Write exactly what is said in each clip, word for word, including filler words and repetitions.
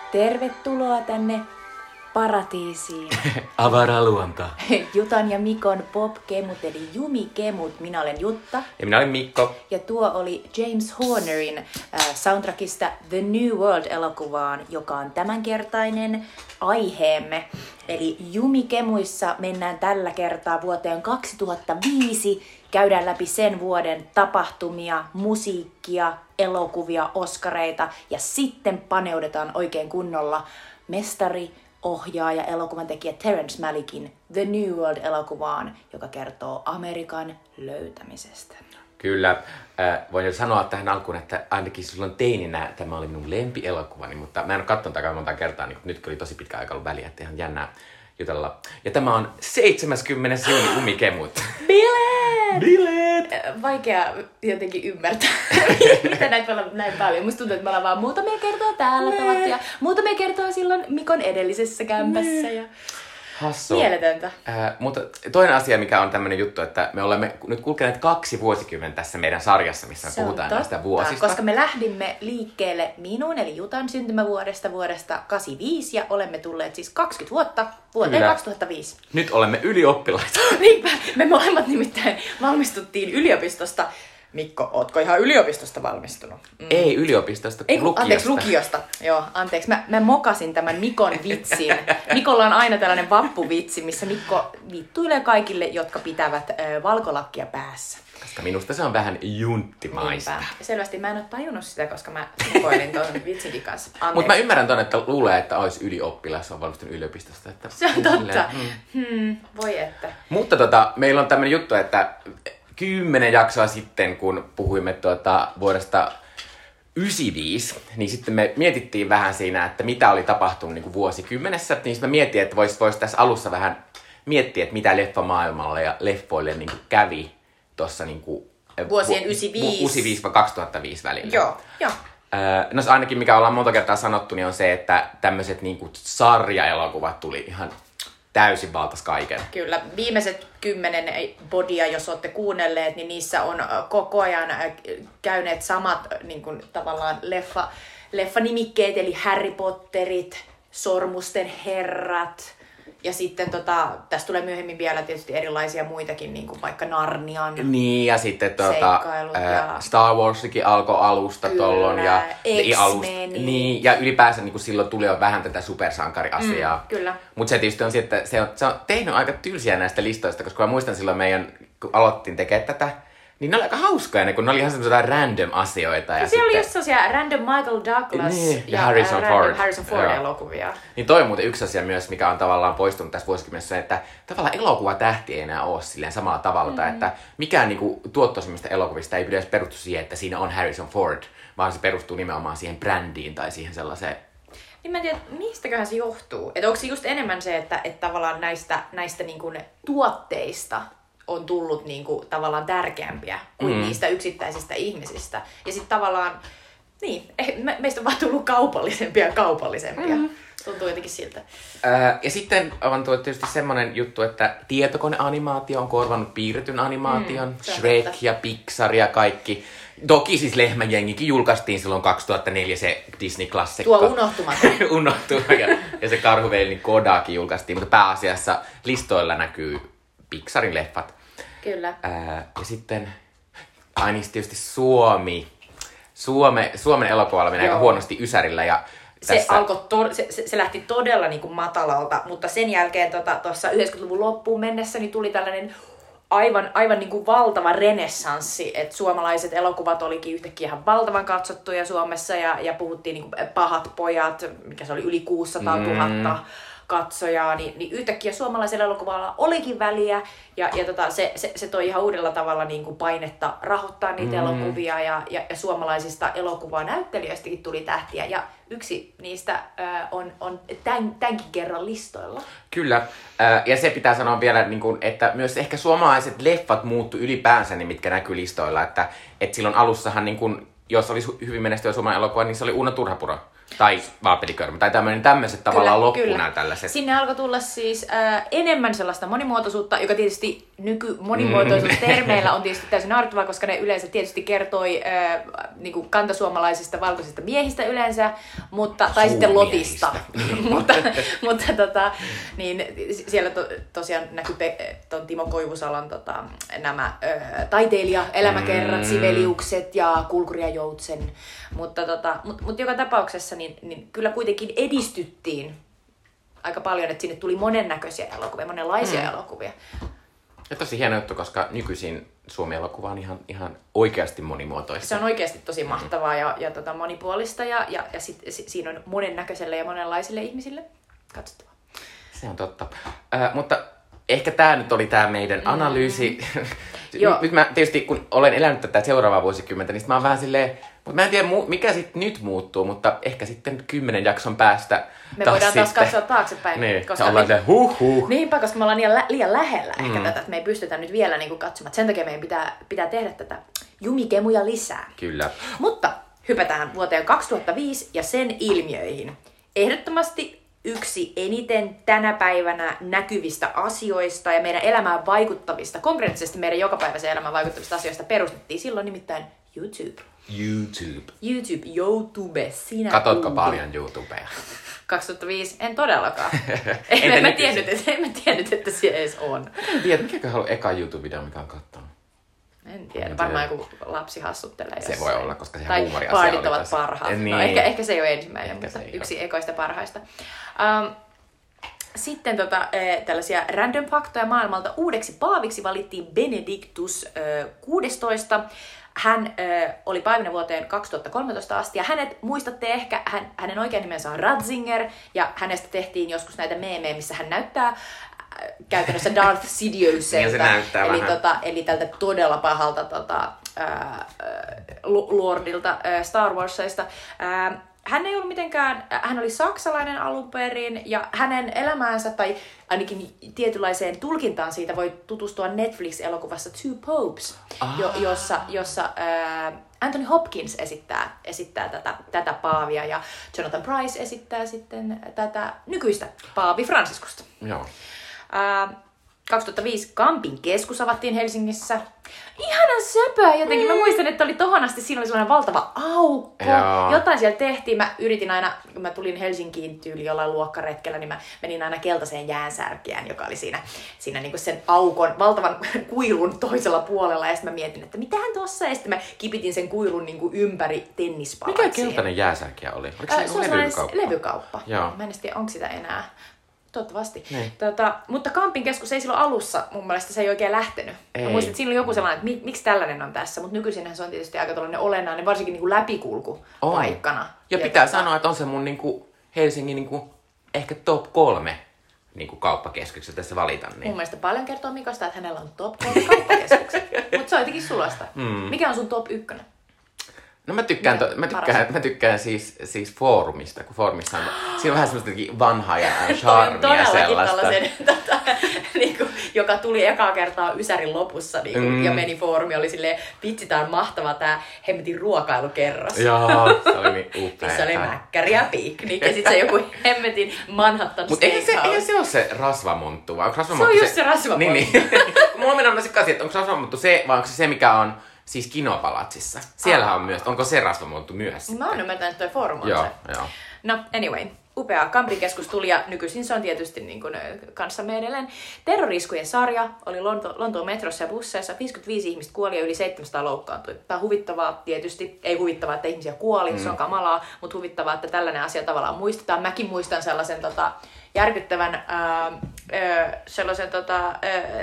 Tervetuloa tänne paratiisiin. Avaraluonta. Jutan ja Mikon pop-kemut eli Jumi-kemut. Minä olen Jutta. Ja minä olen Mikko. Ja tuo oli James Hornerin äh, soundtrackista The New World-elokuvaan, joka on tämänkertainen aiheemme. Eli Jumi-kemuissa mennään tällä kertaa vuoteen kaksituhattaviisi. Käydään läpi sen vuoden tapahtumia, musiikkia, elokuvia, oskareita ja sitten paneudetaan oikein kunnolla mestari, ohjaaja, elokuvan tekijä Terrence Malickin The New World-elokuvaan, joka kertoo Amerikan löytämisestä. Kyllä. Äh, voin jo sanoa tähän alkuun, että ainakin silloin teininä tämä oli minun lempielokuvani, mutta mä en ole katsonut tätä monta kertaa, niin nyt oli tosi pitkä aika ollut väliä, että ihan jännää jutella. Ja tämä on seitsemäskymmenes Jumi Jumi-kemut. Bileet! Bileet! Vaikea jotenkin ymmärtää, mitä näitä on näin paljon. Musta tuntuu, että me ollaan vaan muutamia kertoa täällä tavattu ja muutamia kertoa silloin Mikon edellisessä kämpässä. Ja... Hassu. Mieletöntä. Äh, mutta toinen asia, mikä on tämmöinen juttu, että me olemme nyt kulkeneet kaksi vuosikymmentä tässä meidän sarjassa, missä me Se puhutaan näistä vuosista. Koska me lähdimme liikkeelle minun eli Jutan syntymävuodesta vuodesta kahdeksankymmentäviisi ja olemme tulleet siis kaksikymmentä vuotta vuoteen Kyllä. kaksituhattaviisi. Nyt olemme ylioppilaita. Niinpä, me molemmat nimittäin valmistuttiin yliopistosta. Mikko, ootko ihan yliopistosta valmistunut? Mm. Ei yliopistosta, Ei, lukiosta. Anteeksi, lukiosta. Joo, anteeksi. Mä, mä mokasin tämän Mikon vitsin. Mikolla on aina tällainen vappuvitsi, missä Mikko vittuilee kaikille, jotka pitävät ö, valkolakkia päässä. Koska minusta se on vähän junttimaista. Niinpä. Selvästi mä en ole tajunnut sitä, koska mä sekoilin tuon vitsinkin kanssa. Mutta mä ymmärrän ton, että luulee, että olisi ylioppilas, on valmistunut yliopistosta. Että se on totta. Hmm. Hmm, voi että. Mutta tota, meillä on tämmöinen juttu, että kymmenen jaksoa sitten, kun puhuimme tuota vuodesta yhdeksänkymmentäviisi, niin sitten me mietittiin vähän siinä, että mitä oli tapahtunut niin kuin vuosikymmenessä. Niin sitten mä mietin, että voisi vois tässä alussa vähän miettiä, että mitä leffamaailmalle ja leffoille niin kuin kävi tuossa niin kuin vuosien yhdeksänkymmentäviisi yhdeksänkymmentäviisi-kaksituhattaviisi välillä. Joo, joo. Öö, no ainakin mikä ollaan monta kertaa sanottu, niin on se, että tämmöiset niin kuin sarjaelokuvat tuli ihan täysin valtas kaiken. Kyllä. Viimeiset kymmenen bodia, jos olette kuunnelleet, niin niissä on koko ajan käyneet samat niin kuin, tavallaan leffa, leffanimikkeet, eli Harry Potterit, Sormusten herrat, ja sitten tota, tässä tulee myöhemmin vielä tietysti erilaisia muitakin, niin kuin vaikka Narnian niin, ja sitten tuota, ää, ja... Star Warsikin alkoi alusta Kyllä, tollon. Ja X-Men. Niin, ja ylipäänsä niin kuin silloin tuli jo vähän tätä supersankariasiaa. Mm, kyllä. Mutta se tietysti on se, että se on, se on tehnyt aika tylsiä näistä listoista, koska mä muistan silloin meidän, kun aloittiin tekemään tätä, niin ne oli aika hauskoja ne, kun ne oli ihan semmoisia random asioita. Ja, ja siellä oli just sellaisia random Michael Douglas niin, ja, ja Harrison äh, Ford. Harrison Ford-elokuvia. Niin toi on muuten yksi asia myös, mikä on tavallaan poistunut tässä vuosikymmenessä, että tavallaan elokuvatähti ei enää ole silleen samalla tavalla, mm-hmm. että mikään niinku tuottoisimmista elokuvista ei pitäisi perustu siihen, että siinä on Harrison Ford, vaan se perustuu nimenomaan siihen brändiin tai siihen sellaiseen. Niin mä en tiedä, mistäköhän se johtuu. Että onko se just enemmän se, että, että tavallaan näistä, näistä niinku tuotteista on tullut niinku tavallaan tärkeämpiä kuin mm. niistä yksittäisistä ihmisistä. Ja sitten tavallaan, niin, me, meistä on vaan tullut kaupallisempia ja kaupallisempia. Mm. Tuntuu jotenkin siltä. Ää, ja sitten on tuo tietysti semmoinen juttu, että tietokoneanimaatio on korvannut piirretyn animaation. Mm, Shrek totta. Ja Pixar ja kaikki. Toki siis Lehmäjengikin julkaistiin silloin kaksituhattaneljä se Disney-klassikko. Tuo unohtumaton. Unohtuma. Ja, ja se Karhuveilin Kodakin julkaistiin, mutta pääasiassa listoilla näkyy Pixarin leffat. Kyllä. Ää, ja sitten, ai niin tietysti Suomi. Suome, Suomen elokuvalla meni aika huonosti ysärillä. Ja se, tässä... alkoi to, se, se, se lähti todella niin kuin matalalta, mutta sen jälkeen tuossa tota, yhdeksänkymmentäluvun loppuun mennessä niin tuli tällainen aivan, aivan niin kuin valtava renessanssi, että suomalaiset elokuvat olikin yhtäkkiä ihan valtavan katsottuja Suomessa ja, ja puhuttiin niin kuin Pahat pojat, mikä se oli yli kuusisataatuhatta. Mm. katsojaa, niin, niin yhtäkkiä suomalaisella elokuvalla olikin väliä, ja, ja tota, se, se, se toi ihan uudella tavalla niin kuin painetta rahoittaa niitä mm. elokuvia, ja, ja, ja suomalaisista elokuvanäyttelijöistäkin tuli tähtiä, ja yksi niistä äh, on, on tämän, tämänkin kerran listoilla. Kyllä, äh, ja se pitää sanoa vielä, niin kuin, että myös ehkä suomalaiset leffat muuttu ylipäänsä, niin mitkä näkyy listoilla, että, että silloin alussahan, niin kuin, jos olisi hyvin menestyä suomalainen elokuva, niin se oli Uno Turhapuro. Tai Vaapelikörmä, tai tämmöinen tämmöiset tavallaan loppuna tällaiset. Sinne alkoi tulla siis äh, enemmän sellaista monimuotoisuutta, joka tietysti nyky monimuotoisuustermeillä on tietysti täysin naurettavaa, koska ne yleensä tietysti kertoi äh, niin kuin kantasuomalaisista valkoisista miehistä yleensä, mutta, tai sitten Lotista. mutta mutta tota, niin siellä to, tosiaan näkyy ton Timo Koivusalon tota, nämä äh, taiteilija-elämäkerrat, mm. Sibeliukset ja Kulkuri ja Joutsen. Mutta tota, mut, mut joka tapauksessa niin, niin kyllä kuitenkin edistyttiin aika paljon, että sinne tuli monennäköisiä elokuvia, monenlaisia mm. elokuvia. Ja tosi hieno juttu, koska nykyisin Suomi-elokuva on ihan, ihan oikeasti monimuotoista. Se on oikeasti tosi mahtavaa ja, ja tota monipuolista ja, ja, ja sit, si, siinä on monennäköiselle ja monenlaisille ihmisille katsottavaa. Se on totta. Äh, mutta ehkä tämä nyt oli tämä meidän mm. analyysi. Nyt mä tietysti, kun olen elänyt tätä seuraavaa vuosikymmentä, niin mä oon vähän silleen, mutta mä en tiedä mikä sitten nyt muuttuu, mutta ehkä sitten kymmenen jakson päästä me taas voidaan taas sitten katsoa taaksepäin. Niin, koska ollaan me, huh huh. Niinpä, koska me ollaan liian, lä- liian lähellä mm. ehkä tätä, että me ei pystytä nyt vielä niin kuin katsomaan. Sen takia meidän pitää, pitää tehdä tätä jumikemuja lisää. Kyllä. Mutta hypätään vuoteen kaksituhattaviisi ja sen ilmiöihin. Ehdottomasti yksi eniten tänä päivänä näkyvistä asioista ja meidän elämään vaikuttavista, konkreettisesti meidän jokapäiväiseen elämään vaikuttavista asioista perustettiin silloin nimittäin YouTube. YouTube. YouTube, YouTube, sinä Katotko kuulu. paljon YouTubea? kaksituhattaviisi, en todellakaan. en, en, mä tiennyt, että, en mä tiennyt, että se edes on. En tiedä, mikäköhän on eka YouTube-video, mikä on kattonut. En tiedä, en varmaan tiedä. Joku lapsi hassuttelee jossain. Se voi olla, koska sehän tai huumoriasia partit oli ovat tässä. parhaat. Niin. No ehkä, ehkä se ei ole ensimmäinen, Ehkä mutta yksi ole. ekoista parhaista. Um, Sitten tota, tällaisia random faktoja maailmalta. Uudeksi paaviksi valittiin Benedictus kuudestoista. Hän ö, oli paavina vuoteen kaksituhattakolmetoista asti ja hänet muistatte ehkä, hän, hänen oikein nimensä on Ratzinger ja hänestä tehtiin joskus näitä meemejä, missä hän näyttää äh, käytännössä Darth Sidioselta. eli, tota, eli tältä todella pahalta tota, äh, lordilta äh, Star Warsista. Äh, Hän ei ollut mitenkään, hän oli saksalainen alun perin ja hänen elämäänsä tai ainakin tietynlaiseen tulkintaan siitä voi tutustua Netflix-elokuvassa Two Popes, ah. jo, jossa, jossa äh, Anthony Hopkins esittää, esittää tätä, tätä paavia ja Jonathan Pryce esittää sitten tätä nykyistä paavi Franciscusta. Joo. Äh, kaksituhattaviisi Kampin keskus avattiin Helsingissä. Ihanan söpöä jotenkin. Mä muistan, että oli tohon asti, siinä oli sellainen valtava aukko. Joo. Jotain siellä tehtiin. Mä yritin aina, kun mä tulin Helsinkiin tyyli jollain luokkaretkellä, niin mä menin aina keltaiseen jäänsärkijään, joka oli siinä, siinä niinku sen aukon, valtavan kuilun toisella puolella. Ja sitten mä mietin, että mitähän tossa? Ja sitten mä kipitin sen kuilun niinku ympäri tennispalat. Mikä keltainen jäänsärkijä oli? Oliko äh, se, se on levykauppa? levykauppa. Joo. Mä en tiedä, onko sitä enää. Toivottavasti. Niin. Tota, mutta Kampin keskus ei silloin alussa, mun mielestä se ei oikein lähtenyt. Ei. Mä muistin, että siinä oli joku sellainen, että mi, miksi tällainen on tässä, mutta nykyisinhän se on tietysti aika tällainen olennainen, varsinkin niin kuin läpikulkupaikkana. Ja, ja pitää tota... sanoa, että on se mun niin kuin Helsingin niin kuin ehkä top kolme niin kuin kauppakeskukset tässä valita. Niin. Mun mielestä paljon kertoo Mikosta, että hänellä on top kolme kauppakeskukset, mutta se on jotenkin sulasta. Mm. Mikä on sun top ykkönen? No mä tykkään, to, mä tykkään, mä tykkään siis, siis foorumista, kun foorumissa on, siinä on vähän semmoista vanhaa ja charmia sellaista. Tota, niin kuin, joka tuli ekaa kertaa Ysärin lopussa niin kuin, mm. ja meni foorumi, oli silleen, vitsi tää on mahtava tää hemmetin ruokailukerros. Joo, se oli niin upea. Missä oli mäkkäri ja piknik ja sit se joku hemmetin Manhattan Mut eihän se, eihän se ole se rasvamonttu, vai onko rasvamonttu se? on just se rasvamonttu. Niin, niin. Mulla on mennyt sekaisin, että onko rasvamonttu se, vai onko se se, mikä on siis Kinopalatsissa. Siellähän on myös, onko se rasvamonttu myös? Mä oon ymmärtänyt, että toi forum on joo, se. Joo. No, anyway. Upea Kampin keskus tuli ja nykyisin se on tietysti niin kuin kanssamme edelleen. Terroriskujen sarja oli Lonto- Lontoon metrossa ja busseissa. viisikymmentäviisi ihmistä kuoli ja yli seitsemänsataa loukkaantui. Tämä on huvittavaa tietysti. Ei huvittavaa, että ihmisiä kuoli, mm. se on kamalaa, mutta huvittavaa, että tällainen asia tavallaan muistetaan. Mäkin muistan sellaisen tota, järkyttävän ää, ää, sellaisen tota, ää,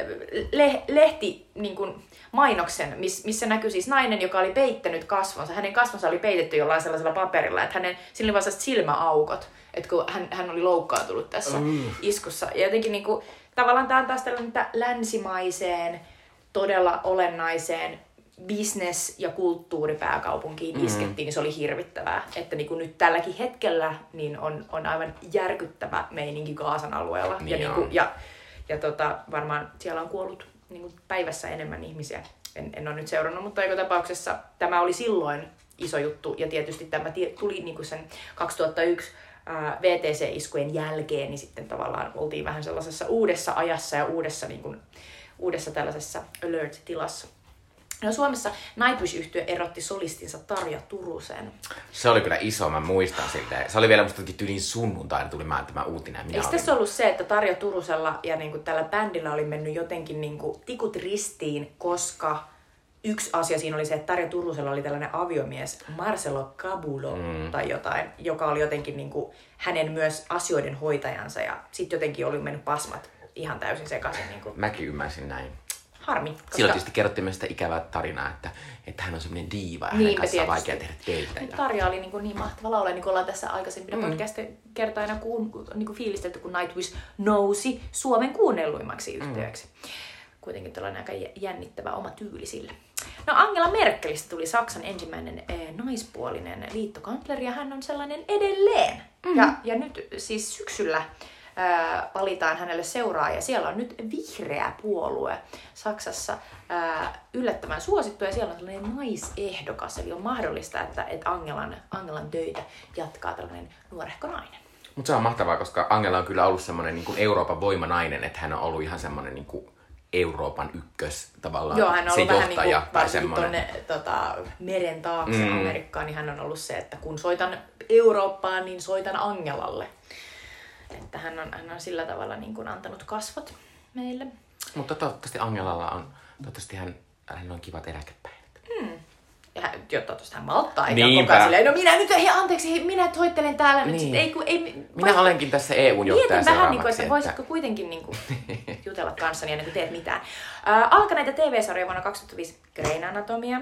le- lehti niin kuin, mainoksen, missä näkyy siis nainen, joka oli peittänyt kasvonsa. Hänen kasvonsa oli peitetty jollain sellaisella paperilla, että hänen, sillä oli vaan sellaiset silmäaukot, että kun hän, hän oli loukkaantunut tässä mm. iskussa. Ja jotenkin niin kuin, tavallaan tämä on taas tällainen länsimaiseen, todella olennaiseen business- ja kulttuuripääkaupunkiin mm. iskettiin, niin se oli hirvittävää. Että niin kuin nyt tälläkin hetkellä niin on, on aivan järkyttävä meininki Gaasan alueella. Niin ja, niin kuin, ja, ja tota, varmaan siellä on kuollut niin kuin päivässä enemmän ihmisiä. En, en ole nyt seurannut, mutta joka tapauksessa tämä oli silloin iso juttu. Ja tietysti tämä tuli niin kuin sen kaksituhattayksi ää, V T C-iskujen jälkeen, niin sitten tavallaan oltiin vähän sellaisessa uudessa ajassa ja uudessa, niin kuin, uudessa tällaisessa alert-tilassa. No Suomessa Nightwish-yhtye erotti solistinsa Tarja Turusen. Se oli kyllä iso, mä muistan siltä. Se oli vielä musta tyyliin sunnuntaina tuli mä tämä uutinen. Eikö tässä ollut se, että Tarja Turusella ja niinku tällä bändillä oli mennyt jotenkin niinku tikut ristiin, koska yksi asia siinä oli se, että Tarja Turusella oli tällainen aviomies, Marcelo Cabulo mm. tai jotain, joka oli jotenkin niinku hänen myös asioiden hoitajansa ja sitten jotenkin oli mennyt pasmat ihan täysin sekaisin. Niinku. Mäkin ymmärsin näin. Harmi. Koska... Silloin tietysti kerrottiin myös sitä ikävää tarinaa, että, että hän on semmoinen diiva ja hänen Niinpä kanssaan on tietysti. vaikea tehdä teiltä. Tarja oli niin, niin mahtava laulaja, niin kuin ollaan tässä aikaisempina mm. podcast-kertaina kuun, niin kuin fiilistelty, kun Nightwish nousi Suomen kuunnelluimmaksi yhtyeeksi. Mm. Kuitenkin tällainen aika jännittävä oma tyyli sille. No Angela Merkelistä tuli Saksan ensimmäinen eh, naispuolinen liittokansleri ja hän on sellainen edelleen. Mm. Ja, ja nyt siis syksyllä Ää, valitaan hänelle seuraaja. Siellä on nyt vihreä puolue Saksassa ää, yllättävän suosittu ja siellä on tällainen naisehdokas. Eli on mahdollista, että, että Angelan, Angelan töitä jatkaa tällainen nuorehko nainen. Mutta se on mahtavaa, koska Angela on kyllä ollut semmoinen niin kuin Euroopan voimanainen, että hän on ollut ihan semmoinen niin kuin Euroopan ykkös tavallaan. Joo, hän on se ollut vähän johtaja, niin kuin semmoinen... tuonne tota, meren taakse mm. Amerikkaan, niin hän on ollut se, että kun soitan Eurooppaan, niin soitan Angelalle. Että hän on, hän on sillä tavalla niin kuin antanut kasvot meille. Mutta toivottavasti Angelalla on, toivottavasti hän, hän on kivat eläkepäivät. Hmm. Ja hän, jo, toivottavasti hän malttaa, eikä koko ajan silleen, no minä nyt, hei anteeksi, hei, minä soittelen täällä. Niin. Nyt, ei, kun, ei, minä voit... olenkin tässä E U:n johtaja seuraavaksi. Mietin vähän, niin kuin, että, että voisitko kuitenkin niin kuin, jutella kanssani ennen kuin teet mitään. Äh, alkaneita T V-sarjoja vuonna kaksituhattaviisi Grey's Anatomia.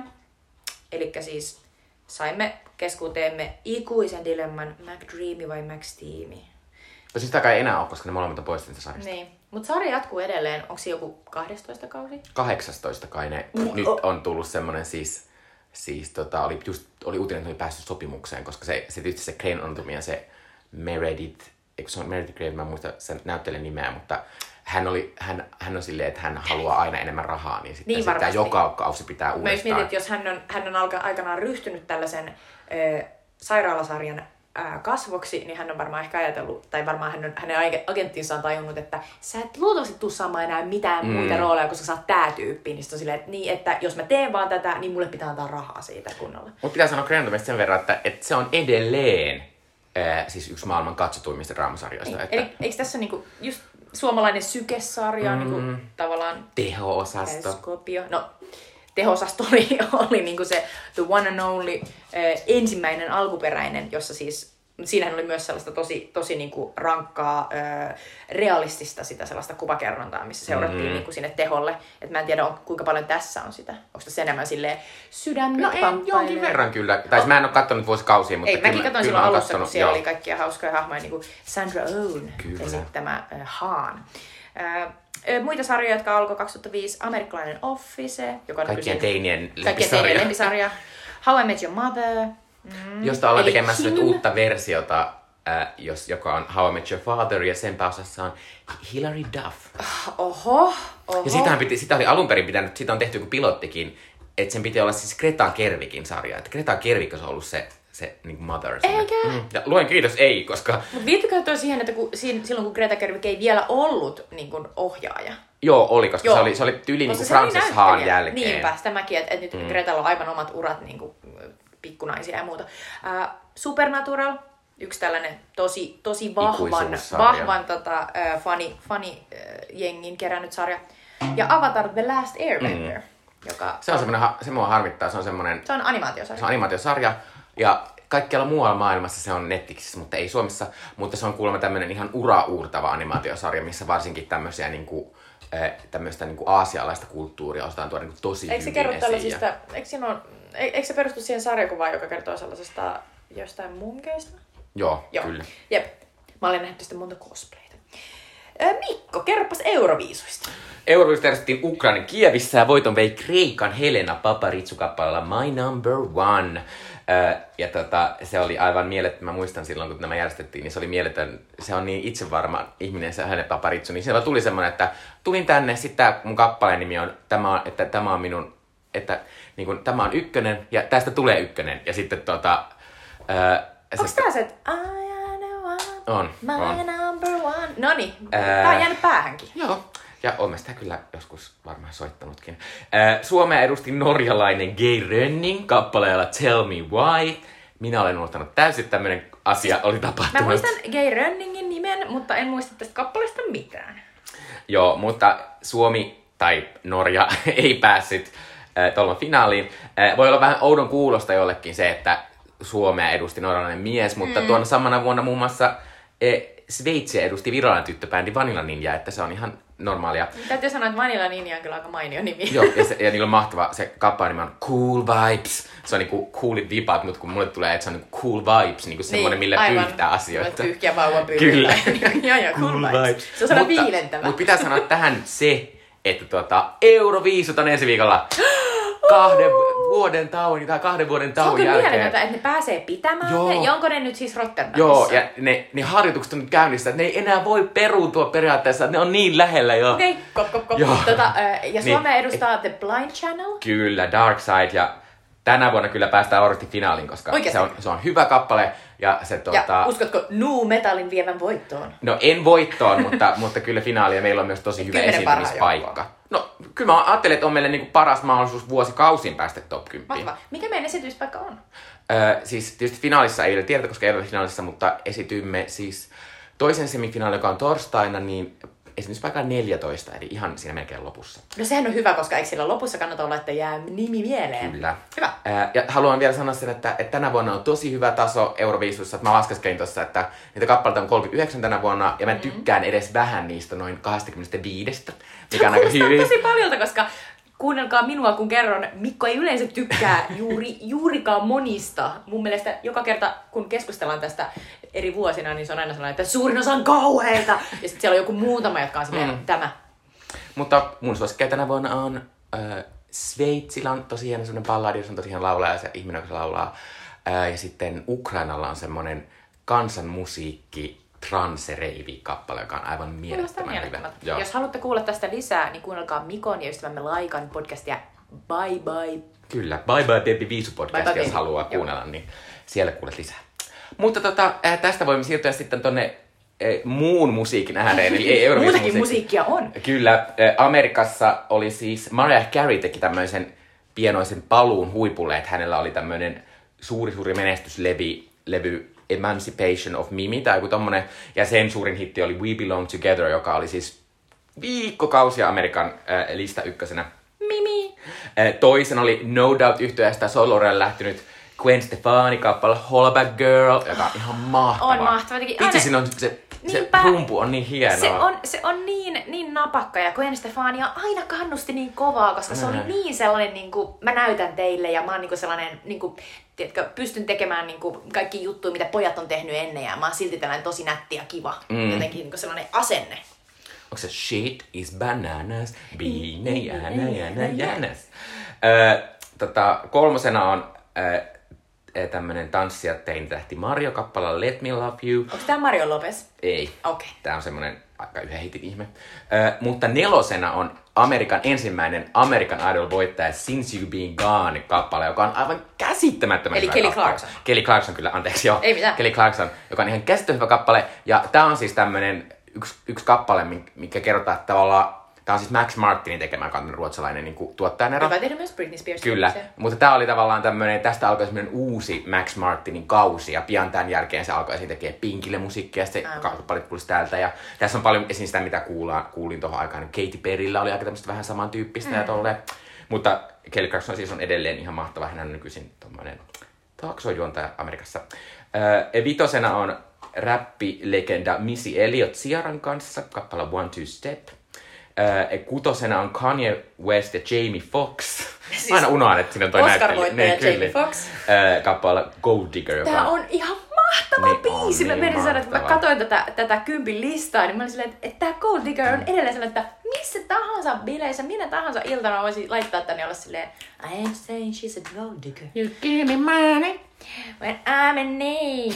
Elikkä siis saimme keskuuteemme ikuisen dilemman McDreamy vai McSteamy. No siis sitä kai ei enää ole, koska ne molemmat on poistunut sarjasta. Niin. Mutta sarja jatkuu edelleen. Onko se joku kaksitoista kausi? kahdeksantoista kai ne. Mm. Nyt on tullut semmonen siis... Siis tota, oli just oli uutinen, että oli päässyt sopimukseen, koska se, se tietysti se Grey's Anatomia, se Meredith... Eikö se on Meredith Grey? Mä en muista sen näyttelijän nimeä, mutta... Hän, oli, hän, hän on silleen, että hän haluaa aina enemmän rahaa, niin sitten niin sitä joka kausi pitää uudestaan. Mä just mietin, että jos hän on, hän on alka, aikanaan ryhtynyt tällaisen äh, sairaalasarjan äh, kasvoksi, niin hän on varmaan ehkä ajatellut, tai varmaan hän on, hänen agenttinsa on tajunnut, että sä et luultavasti tuu saamaan enää mitään mm. muita rooleja, koska sä oot tää tyyppi. Niin sitten on silleen, että, niin, että jos mä teen vaan tätä, niin mulle pitää antaa rahaa siitä kunnolla. Mutta pitää sanoa Grey's Anatomista sen verran, että, että se on edelleen äh, siis yksi maailman katsotuimmista draamasarjoista. Niin, että... Eli eikö tässä niinku just suomalainen sykesarja, mm. niin tavallaan... Teho-osasto. Skopio. No, teho-osasto oli, oli niin se the one and only äh, ensimmäinen alkuperäinen, jossa siis... Siinähän oli myös sellaista tosi, tosi niin kuin rankkaa, äh, realistista sitä sellaista kuvakerrontaa, missä seurattiin mm. niin kuin sinne teholle. Et mä en tiedä, on, kuinka paljon tässä on sitä. Onko tässä enemmän silleen sydämet no ei, jonkin verran kyllä. Tai mä en ole katsonut vuosikausia, mutta ei, kyllä, mäkin katsoin silloin alussa, kun siellä joo. oli kaikkia hauskoja hahmoja, niin kuin Sandra Oh esittämä äh, Han. Äh, muita sarjoja, jotka alkoi kaksituhattaviisi, amerikkalainen Office, joka on kaikkien teinien lempisarja. Kaikkien teinien lempisarja. How I Met Your Mother. Mm. Josta ollaan eli tekemässä nyt uutta versiota, äh, jos, joka on How I Met Your Father, ja sen pääosassa on Hilary Duff. Oho, oho. Ja sitähän piti, sitä oli alun perin pitänyt, sitä on tehty joku pilottikin, että sen piti olla siis Greta Gerwigin sarja. Että Greta Gerwig on ollut se, se niin kuin mother. Eikä? Mm. Ja luen kiitos, ei, koska... Mutta viittikö toi siihen, että kun, silloin kun Greta Gerwig ei vielä ollut niin kuin ohjaaja? Joo, oli, koska Joo. se oli, se oli tyyli niin kuin Frances Haan jälkeen. Niinpä, sitä mäkin, että et nyt mm. Gretalla on aivan omat urat niin kuin pikkunaisia ja muuta. Uh, Supernatural, yksi tällainen tosi, tosi vahvan, vahvan tota, uh, fani, fani, uh, jengin kerännyt sarja. Ja Avatar The Last Airbender. Mm. Joka se on semmoinen, se mua harmittaa, se on semmoinen... Se on animaatiosarja. Se on animaatiosarja ja kaikkialla muualla maailmassa se on Netflixissä, mutta ei Suomessa. Mutta se on kuulemma tämmöinen ihan ura-uurtava animaatiosarja, missä varsinkin tämmöisiä niinku... tämmöistä niinku aasialaista kulttuuria osataan tuoda niinku tosi eikö hyvin se kerro esiin. Tällaisista, eikö, siinä on, eikö se perustu siihen sarjakuvaan, joka kertoo sellaisesta jostain munkeista? Joo, Joo, kyllä. Jep. Mä olen nähnyt sitä monta cosplayta. Mikko, kerropas Euroviisuista. Euroviisuista järjestettiin Ukrainan Kievissä ja voiton vei Kreikan Helena Paparizou kappaleella My Number One. Ja tota, se oli aivan mieletön. Mä muistan silloin, kun nämä järjestettiin, niin se oli mieletön. Se on niin itsevarma ihminen, se Helena Paparizou. Niin siellä tuli semmoinen, että tulin tänne, sitten mun kappaleen nimi on, tämä, että tämä on minun, että niin kun, tämä on ykkönen ja tästä tulee ykkönen. Ja sitten tota... Onko se, tää se, että I am the one, on, my on. number one? Noniin, tää on jäänyt päähänkin. Joo. Ja olemme sitä kyllä joskus varmaan soittanutkin. Äh, Suomea edusti norjalainen Gay Rönning kappaleella Tell Me Why. Minä olen unohtanut täysin, tämmöinen asia oli tapahtunut. Mä muistan Gay Rönningin nimen, mutta en muista tästä kappaleesta mitään. Joo, mutta Suomi tai Norja ei päässyt äh, tuolla finaaliin. Äh, voi olla vähän oudon kuulosta jollekin se, että Suomea edusti norjalainen mies, mutta mm. tuona samana vuonna muun muassa äh, Sveitsiä edusti virallinen tyttöbändi Vanilla Ninja, että se on ihan normaalia. Täytyy sanoa, että Vanilla Ninja on kyllä aika mainio nimi. Joo, ja, se, ja niillä on mahtava, se kappale on Cool Vibes. Se on niinku coolit vipat, mutta kun mulle tulee, että se on niinku Cool Vibes, niinku semmoinen, millä aivan, pyyhtää asioita. Pyyhkiä vauvan pyyhtää. Kyllä. Joo, joo, Cool, cool vibes. vibes. Se on sellainen mutta, viilentävä. Mutta pitää sanoa tähän että että tuota, Euroviisut on ensi viikolla kahden vuoden tauon, tai kahden vuoden tauon jälkeen. Se on kyllä mielenkiintoista, että ne pääsee pitämään Joo. ne, ja onko ne nyt siis Rotterdamissa? Joo, ja ne, ne harjoitukset on nyt käynnissä, että ne ei enää voi peruuntua periaatteessa, että ne on niin lähellä jo. Okei, okay. kop, kop, kop. Tota, ja Suomea niin, edustaa et, The Blind Channel. Kyllä, Dark Side, ja tänä vuonna kyllä päästään varmasti finaaliin, koska se on, se on hyvä kappale. Ja, se, tuota... ja uskotko Nu Metalin vievän voittoon? No en voittoon, mutta, mutta kyllä finaali, ja meillä on myös tosi hyvä esiintymispaikka. No kyllä mä ajattelen, että on meille niinku paras mahdollisuus vuosikausiin päästä top kymmenen. Mahtavaa. Mikä meidän esiintymispaikka on? Öö, siis tietysti finaalissa ei ole tiedetä, koska ei ole finaalissa, mutta esitymme siis toisen semifinaalin, joka on torstaina, niin esiintymispaikka on neljätoista, eli ihan siinä melkein lopussa. No sehän on hyvä, koska eikö siellä lopussa kannata olla, että jää nimi mieleen? Kyllä. Hyvä. Ää, ja haluan vielä sanoa sen, että, että tänä vuonna on tosi hyvä taso Euroviisussa. Mä laskeskelin tuossa, että niitä kappaleita on kolmekymmentäyhdeksän tänä vuonna, ja mä tykkään edes vähän niistä noin kaksikymmentäviisi. Mikä on aika hyvin. tosi paljolta, koska kuunnelkaa minua, kun kerron, Mikko ei yleensä tykkää juuri, juurikaan monista. Mun mielestä joka kerta, kun keskustellaan tästä eri vuosina, niin se on aina sellainen, että suurin osa on kauheita. Ja sitten siellä on joku muutama, jotka on silleen, mm. tämä. Mutta mun suosikkeja tänä vuonna on äh, Sveitsillä on tosi hieno semmoinen balladi, jos on tosi hieno laulaja, se ihminen, joka se laulaa. Äh, ja sitten Ukrainalla on semmoinen kansanmusiikki, transereivi-kappale, joka on aivan mielettömän hyvä. Joo. Jos haluatte kuulla tästä lisää, niin kuunnelkaa Mikon ja ystävämme Laikan podcastia Bye Bye. Kyllä, Bye Bye Baby Viisu podcast, bye bye, jos baby. haluaa kuunnella, Joo. niin siellä kuulet lisää. Mutta tota, äh, tästä voimme siirtyä sitten tonne äh, muun musiikin ääreen, eli ei Euroviisun Muutakin musiikkia on. Kyllä, äh, Amerikassa oli siis, Mariah Carey teki tämmöisen pienoisen paluun huipulle, että hänellä oli tämmöinen suuri suuri menestyslevy, levy Emancipation of Mimi tai joku tommonen, ja sen suurin hitti oli We Belong Together, joka oli siis viikkokausia Amerikan äh, lista ykkösenä. Mimi! Äh, toisen oli No Doubt -yhtyeestä solourelle lähtenyt Gwen Stefani kappale Hollaback Girl, joka on ihan mahtava. On mahtava. Vitsi, siinä on se, se rumpu on niin hienoa. Se on, se on niin, niin napakka, ja Gwen Stefania aina kannusti niin kovaa, koska se oli niin sellainen, niin kuin, mä näytän teille, ja mä oon niin kuin sellainen, niin kuin, tiedätkö, pystyn tekemään niin kuin, kaikki juttuja, mitä pojat on tehnyt ennen, ja mä oon silti tällainen tosi nätti ja kiva. Mm. Jotenkin niin kuin sellainen asenne. Onko se shit is bananas, beane, jana, jana, janas. Öö, tota, kolmosena on öö, tämmönen tanssija teini-tähti Mario-kappaleella Let Me Love You. Onko tää Mario Lopez? Ei. Okei. Okay. Tää on semmonen aika yhden hitin ihme. Ö, mutta nelosena on Amerikan ensimmäinen American Idol-voittaja Since You Been Gone-kappale, joka on aivan käsittämättömän Eli hyvä Kelly kappale. Clarkson. Kelly Clarkson, kyllä, anteeksi, joo. Ei mitään. Kelly Clarkson, joka on ihan käsittämättömän hyvä kappale. Ja tää on siis tämmönen yksi, yksi kappale, mikä kerrotaan, että tavallaan tää on siis Max Martinin tekemä kantainen ruotsalainen niin tuottajana. Joka tehnyt myös Britney Spears. Kyllä, se. Mutta tää oli tavallaan tämmönen, tästä alkoi semmonen uusi Max Martinin kausi, ja pian tämän jälkeen se alkoi esiin tekemään Pinkille musiikkia, ja sitten paljon tulisi täältä, ja tässä on paljon esiin sitä, mitä kuullaan, kuulin tohon aikaan. Katy Perryllä oli aika tämmöistä vähän samantyyppistä mm. ja tolleen. Mutta Kelly Clarkson siis on edelleen ihan mahtava, hän on nykyisin tommonen talkshowjuontaja Amerikassa. Äh, vitosena on räppilegenda Missy Elliott Ciaran kanssa, kappale One Two Step. Äh, kutosena on Kanye West ja Jamie Foxx. Siis aina unohan, että siinä on toi näyttelijä. Oscar-voittaja Jamie Foxx. Äh, kappale Gold Digger. Joka... Tää on ihan mahtava niin biisi. Mä niin menin sanoa, että mä katsoin tätä, tätä kympin listaa, niin mä olin silleen, että, että tää Gold Digger on edelleen sellainen, että missä tahansa bileissä, minä tahansa iltana voisin laittaa tänne olla silleen I am saying she's a gold digger. You give me money when I'm in need.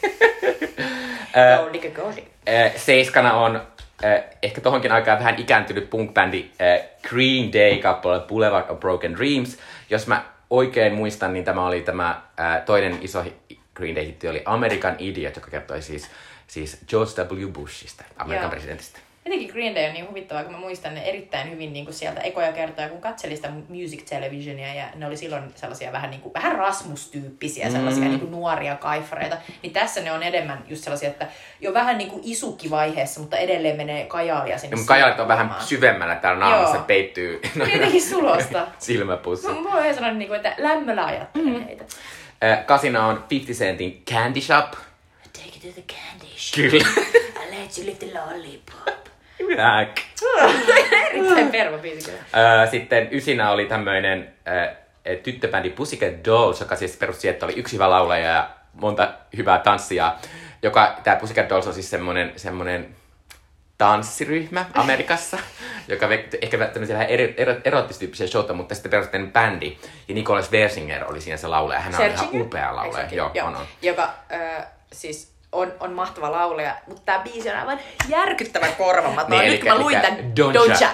Gold digger, gold digger. Äh, seiskana on Äh, ehkä tohonkin aikaan vähän ikääntynyt punk-bändi äh, Green Day-kappale Boulevard of Broken Dreams. Jos mä oikein muistan, niin tämä oli tämä äh, toinen iso Green Day-hitti oli American Idiot, joka kertoi siis, siis George W. Bushista, Amerikan Joo. presidentistä. Jotenkin Green Day on niin huvittavaa, kun mä muistan ne erittäin hyvin niin kuin sieltä ekoja kertoja, kun katselin sitä music televisionia ja ne oli silloin sellaisia vähän, niin kuin, vähän Rasmus-tyyppisiä, sellaisia mm. niin kuin nuoria kaifareita. Niin tässä ne on enemmän just sellaisia, että jo vähän niin kuin isukivaiheessa, mutta edelleen menee kajaalia sinne. Mun kajaalit on vähän syvemmällä täällä naamassa, peittyy jotenkin sulosta. silmäpussi. Mä voin sanoa, niin kuin, että lämmöllä ajattelen mm. heitä. Kasina on fifty Centin Candy Shop. Take it to the candy shop. Kyllä. I let you lift the lollipop. Back. Erittäin pervo biisi. Sitten ysinä oli tämmöinen äh, tyttöbändi Pussycat Dolls, joka siis perusti, että oli yksi hyvä laulaja ja monta hyvää tanssijaa. Joka, tää Pussycat Dolls on siis semmonen, semmonen tanssiryhmä Amerikassa, joka vekti ehkä tämmöisiä vähän ero, ero, erottistyyppisiä showta, mutta sitten perusti bändi. Ja Nicholas Wersinger oli siinä se laulaja. Hän on ihan upea laulaja. Joo, Joo. On, on. Joka äh, siis on, on mahtava laulaja, mutta tää biisi on aivan järkyttävän korvamaton. Niin, nyt kun mä luin tän Donja.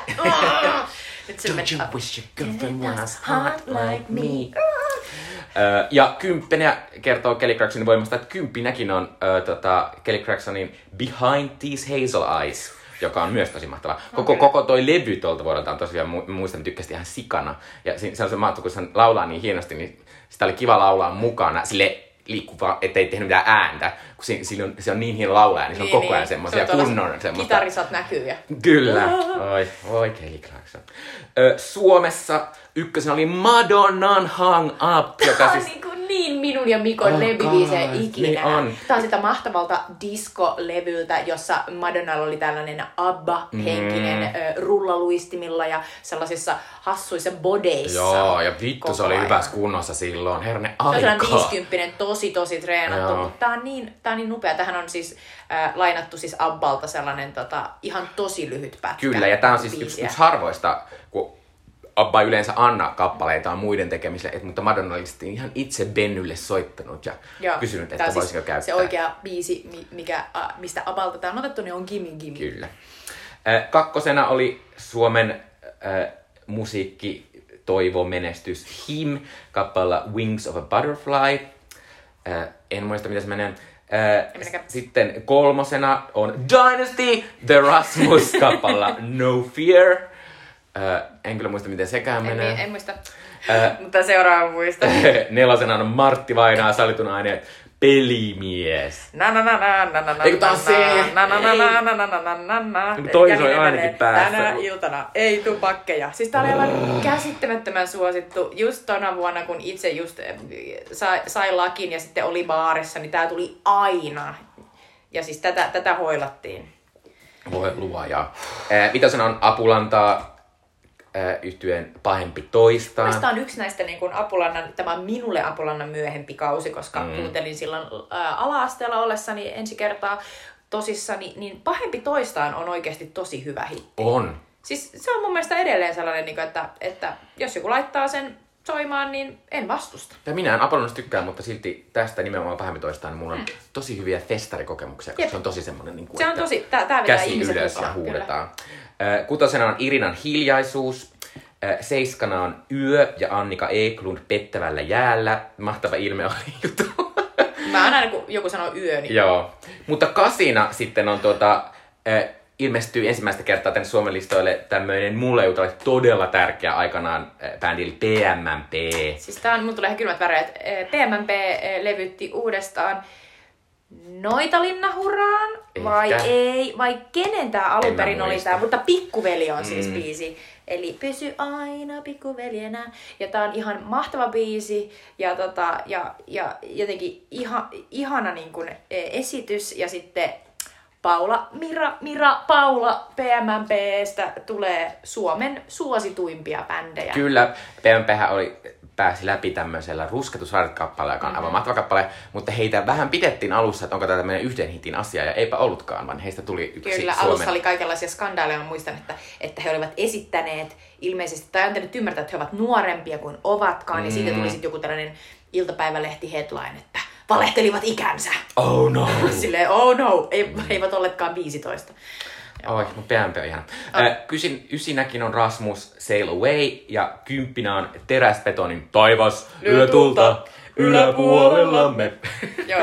Don't you wish your girlfriend was hot like me? Uh, ja kymppenä kertoo Kelly Clarksonin voimasta, että kymppinäkin on uh, tota, Kelly Clarksonin Behind These Hazel Eyes, joka on myös tosi mahtava. Koko, okay. koko toi levy tuolta vuodelta on tosi hyvä. Muistan, tykkäsin ihan sikana. Ja se, se on se mahtava, kun se laulaa niin hienosti, niin sitä oli kiva laulaa mukana. Sille liikkuvaa, ettei tehnyt mitään ääntä, kun se, se, on, se on niin hieno laulaja, niin se on niin, koko ajan semmoisia se kunnon semmoista. Kitarisat näkyy. Ja... Kyllä. Oi, oi Kelly Clarkson. Ö, Suomessa ykkösenä oli Madonnan Hung Up, joka siis... niin, kuin niin minun ja Mikon oh, levybiisejä ikinä. Niin on. Tää on sitä mahtavalta disco-levyltä, jossa Madonnalla oli tällainen ABBA-henkinen mm. ö, rullaluistimilla ja sellaisissa hassuissa bodeissa. Joo, ja vittu se oli ajan. Hyvässä kunnossa silloin, herne aika. Se on viisikymppinen, tosi tosi treenattu, mutta tää on niin, tää on niin nopea. Tähän on siis äh, lainattu siis ABBAlta sellainen tota, ihan tosi lyhyt pätkä. Kyllä, ja tää on siis yksi, yksi harvoista, kun ABBA yleensä anna kappaleita muiden tekemiselle, et, mutta Madonna oli sitten ihan itse Bennylle soittanut ja Joo, kysynyt, että voisiko siis käyttää. Se oikea biisi, mikä, mistä ABBAlta tää on otettu, niin on Gimme Gimme. Kyllä. Äh, kakkosena oli Suomen äh, musiikki toivomenestys Him kappaleella Wings of a Butterfly. Äh, en muista, mitä se menee. Äh, sitten kolmosena on Dynasty, The Rasmus kappaleella No Fear. Äh, en kyllä muista, miten sekään en, menee. En muista, äh, mutta seuraava muista. Nelosena on Martti Vainaa, sallitun aineen Pelimies. Na na na na na na na. Eikö taas se? Na na na na na na na na na na. Toi soi ainakin päässä. Tänä iltana ei tuu pakkeja. Siis tää oli aivan käsittämättömän suosittu. Just tona vuonna, kun itse just sai, sai lakin ja sitten oli baarissa, niin tää tuli aina. Ja siis tätä, tätä hoilattiin. Voi luoja. Vitosena on Apulantaa. Yhtyeen Pahempi toistaan. Tämä on yksi näistä niin kuin Apulannan, tämä on minulle Apulannan myöhempi kausi, koska mm. kuuntelin silloin ää, ala-asteella ollessani ensi kertaa tosissani, niin Pahempi toistaan on oikeasti tosi hyvä hitti. On. Siis se on mun mielestä edelleen sellainen, niin kuin, että, että jos joku laittaa sen soimaan, niin en vastusta. Ja minä en Apollonnasta tykkää, mutta silti tästä nimenomaan Pahempi toistaan, niin mulla on mm. tosi hyviä festarikokemuksia, koska Jep. se on tosi semmoinen, niin kuin, se on tosi, tää, tää vetää käsi ylös mukaan, ja huudetaan. Kyllä. Kutosena on Irinan Hiljaisuus. Seiskana on Yö ja Annika Eklund Pettävällä jäällä. Mahtava ilme oli juttu. Mä aina kun joku sanoo yö, niin... Joo. Mutta kasina sitten on tuota... ilmestyy ensimmäistä kertaa tänne Suomen listoille tämmöinen mulle oli todella tärkeä aikanaan bändi, eli P M M P. Siis tää on, mulla tulee ihan kylmät väreet. P M M P levytti uudestaan Noitalinna Hurraan, vai ei, vai kenen tää alun perin oli tää, mutta Pikkuveli on siis mm. biisi. Eli Pysy aina pikkuveljenä. Ja tää on ihan mahtava biisi ja, tota, ja, ja jotenkin iha, ihana niin kun, esitys. Ja sitten Paula, Mira, Mira, Paula P M M P:stä tulee Suomen suosituimpia bändejä. Kyllä, P M M P:hän oli... pääsi läpi tämmöisellä Rusketusharjat-kappale, joka on aivan mahtava kappale, mutta heitä vähän pidettiin alussa, että onko tämä tämmöinen yhden hitin asia, ja eipä ollutkaan, vaan heistä tuli yksi Kyllä, Suomen... alussa oli kaikenlaisia skandaaleja, mä muistan, että, että he olivat esittäneet ilmeisesti, tai antaneet ymmärtää, että he ovat nuorempia kuin ovatkaan, mm. ja siitä tuli sitten joku tällainen iltapäivälehti headline, että valehtelivat ikänsä. Oh no! Silleen, oh no, ei, eivät olleetkaan viisitoista. Oi, mun P M P on ihana. Oh. Äh, kysin, ysinäkin on Rasmus Sail Away ja kymppinä on Teräsbetonin Taivas, yötulta, yläpuolellamme. Joo,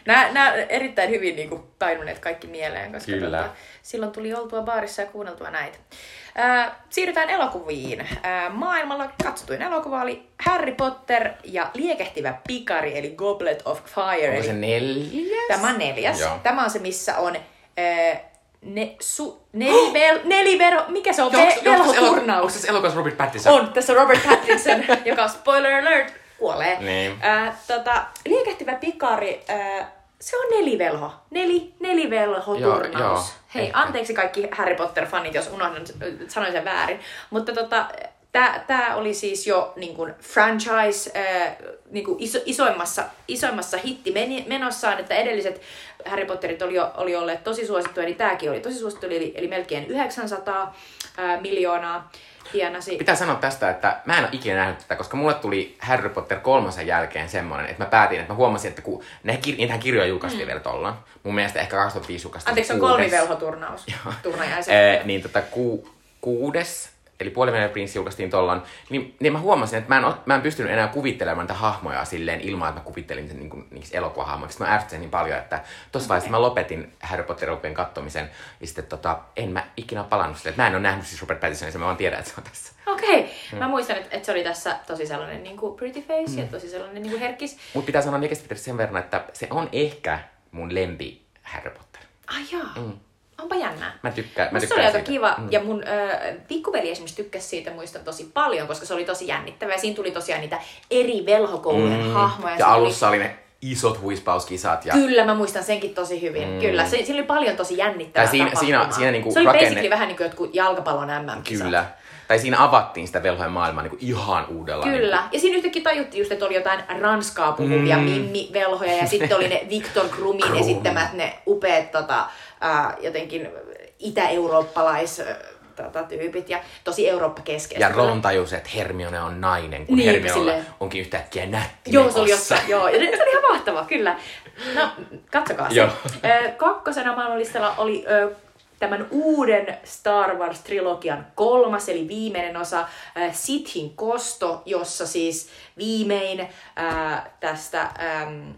Nämä, nämä erittäin hyvin niin kuin, painuneet kaikki mieleen, koska Kyllä. Tuota, silloin tuli oltua baarissa ja kuunneltua näitä. Äh, siirrytään elokuviin. Äh, maailmalla katsotuin elokuva oli Harry Potter ja liekehtivä pikari, eli Goblet of Fire. Onko eli se neljäs? Tämä on neljäs. Joo. Tämä on se, missä on äh, ne, su, nelivel, nelivero, mikä se on? Joo, onko, Ve, onko, tässä velhoturnaus. onko tässä elokuvassa Robert Pattinson? On, tässä on Robert Pattinson, joka spoiler alert kuolee. Niin. Äh, tota, liekehtivä pikari, äh, se on nelivelho. Neli, nelivelhoturnaus. Joo, joo, Hei, ehkä. anteeksi kaikki Harry Potter-fanit, jos unohdan, sanoin sen väärin. Mutta tota, tää, tää oli siis jo niin kuin franchise äh, niin kuin iso, isoimmassa, isoimmassa hitti menossaan, että edelliset Harry Potterit oli, jo, oli olleet tosi suosittuja, niin tääkin oli tosi suosittu, eli, eli melkein yhdeksänsataa äh, miljoonaa tienasi. Pitää sanoa tästä, että mä en ole ikinä nähnyt tätä, koska mulle tuli Harry Potter kolmosen jälkeen semmoinen, että mä päätin, että mä huomasin, että kun ne kir- niitähän kirjoja julkaistiin mm. vielä tollaan. Mun mielestä ehkä kaksituhattaviisi julkaistiin. Anteeksi, se on kolmivelhoturnaus. Turnajaiset. Ee, niin tota ku, kuudes, eli Puolivälineen prinssi julkaistiin tollaan. Niin, niin mä huomasin, että mä en, o, mä en pystynyt enää kuvittelemaan niitä hahmoja silleen ilman, että mä kuvittelin sen niin niiksi elokuvahahmoiksi. Mä ärsytin niin paljon, että tossa okay. vaiheessa mä lopetin Harry Potter-elokuvien kattomisen. Ja sitten tota, en mä ikinä palannut sille. Mä en ole nähnyt siis Robert Pattinsonia, mä vaan tiedän, että se on tässä. Okei. Okay. Mm. Mä muistan, että, että se oli tässä tosi sellainen niin kuin pretty face mm. ja tosi sellainen niin kuin herkkis. Mut pitää sanoa Nickistä sen verran, että se on ehkä mun lempi Harry Potter. Ai jaa. Mm. Onpa jännää. Mä tykkään, mä Musta tykkään se oli aika siitä. kiva. Mm. Ja mun ö, pikkuveli esimerkiksi tykkäsi siitä, muistan tosi paljon, koska se oli tosi jännittävää. Ja siinä tuli tosiaan niitä eri velhokoulujen Mm. hahmoja. Ja Siinä alussa oli... oli ne isot huispauskisat. Ja... Kyllä, mä muistan senkin tosi hyvin. Mm. Kyllä, se, siinä oli paljon tosi jännittävää Tai siinä, tapahtumaa. siinä, siinä niinku se oli rakenne... basically vähän niin kuin jotkut jalkapallon äm äm-kisat. Kyllä. Tai siinä avattiin sitä velhojen maailmaa niinku ihan uudella. Kyllä. Niinku. Ja siinä yhtäkkiä tajuttiin just, että oli jotain ranskaa puhuvia Mm. mimmi-velhoja. Ja sitten oli ne Victor Krumin Krum. esittämät ne upeat tota, äh, jotenkin itä-eurooppalais... Tota, tyypit ja tosi Eurooppa-keskeistä. Ja Ron tajusi, että Hermione on nainen, kun Niin, Hermionella silleen. onkin yhtäkkiä nätti Joo, se oli mekossa. jossain, joo. Ja se oli ihan mahtavaa, kyllä. No, katsokaa se. Joo. Ö, Kakkosena maailmanlistalla oli ö, tämän uuden Star Wars-trilogian kolmas, eli viimeinen osa, äh, Sithin kosto, jossa siis viimein äh, tästä ähm,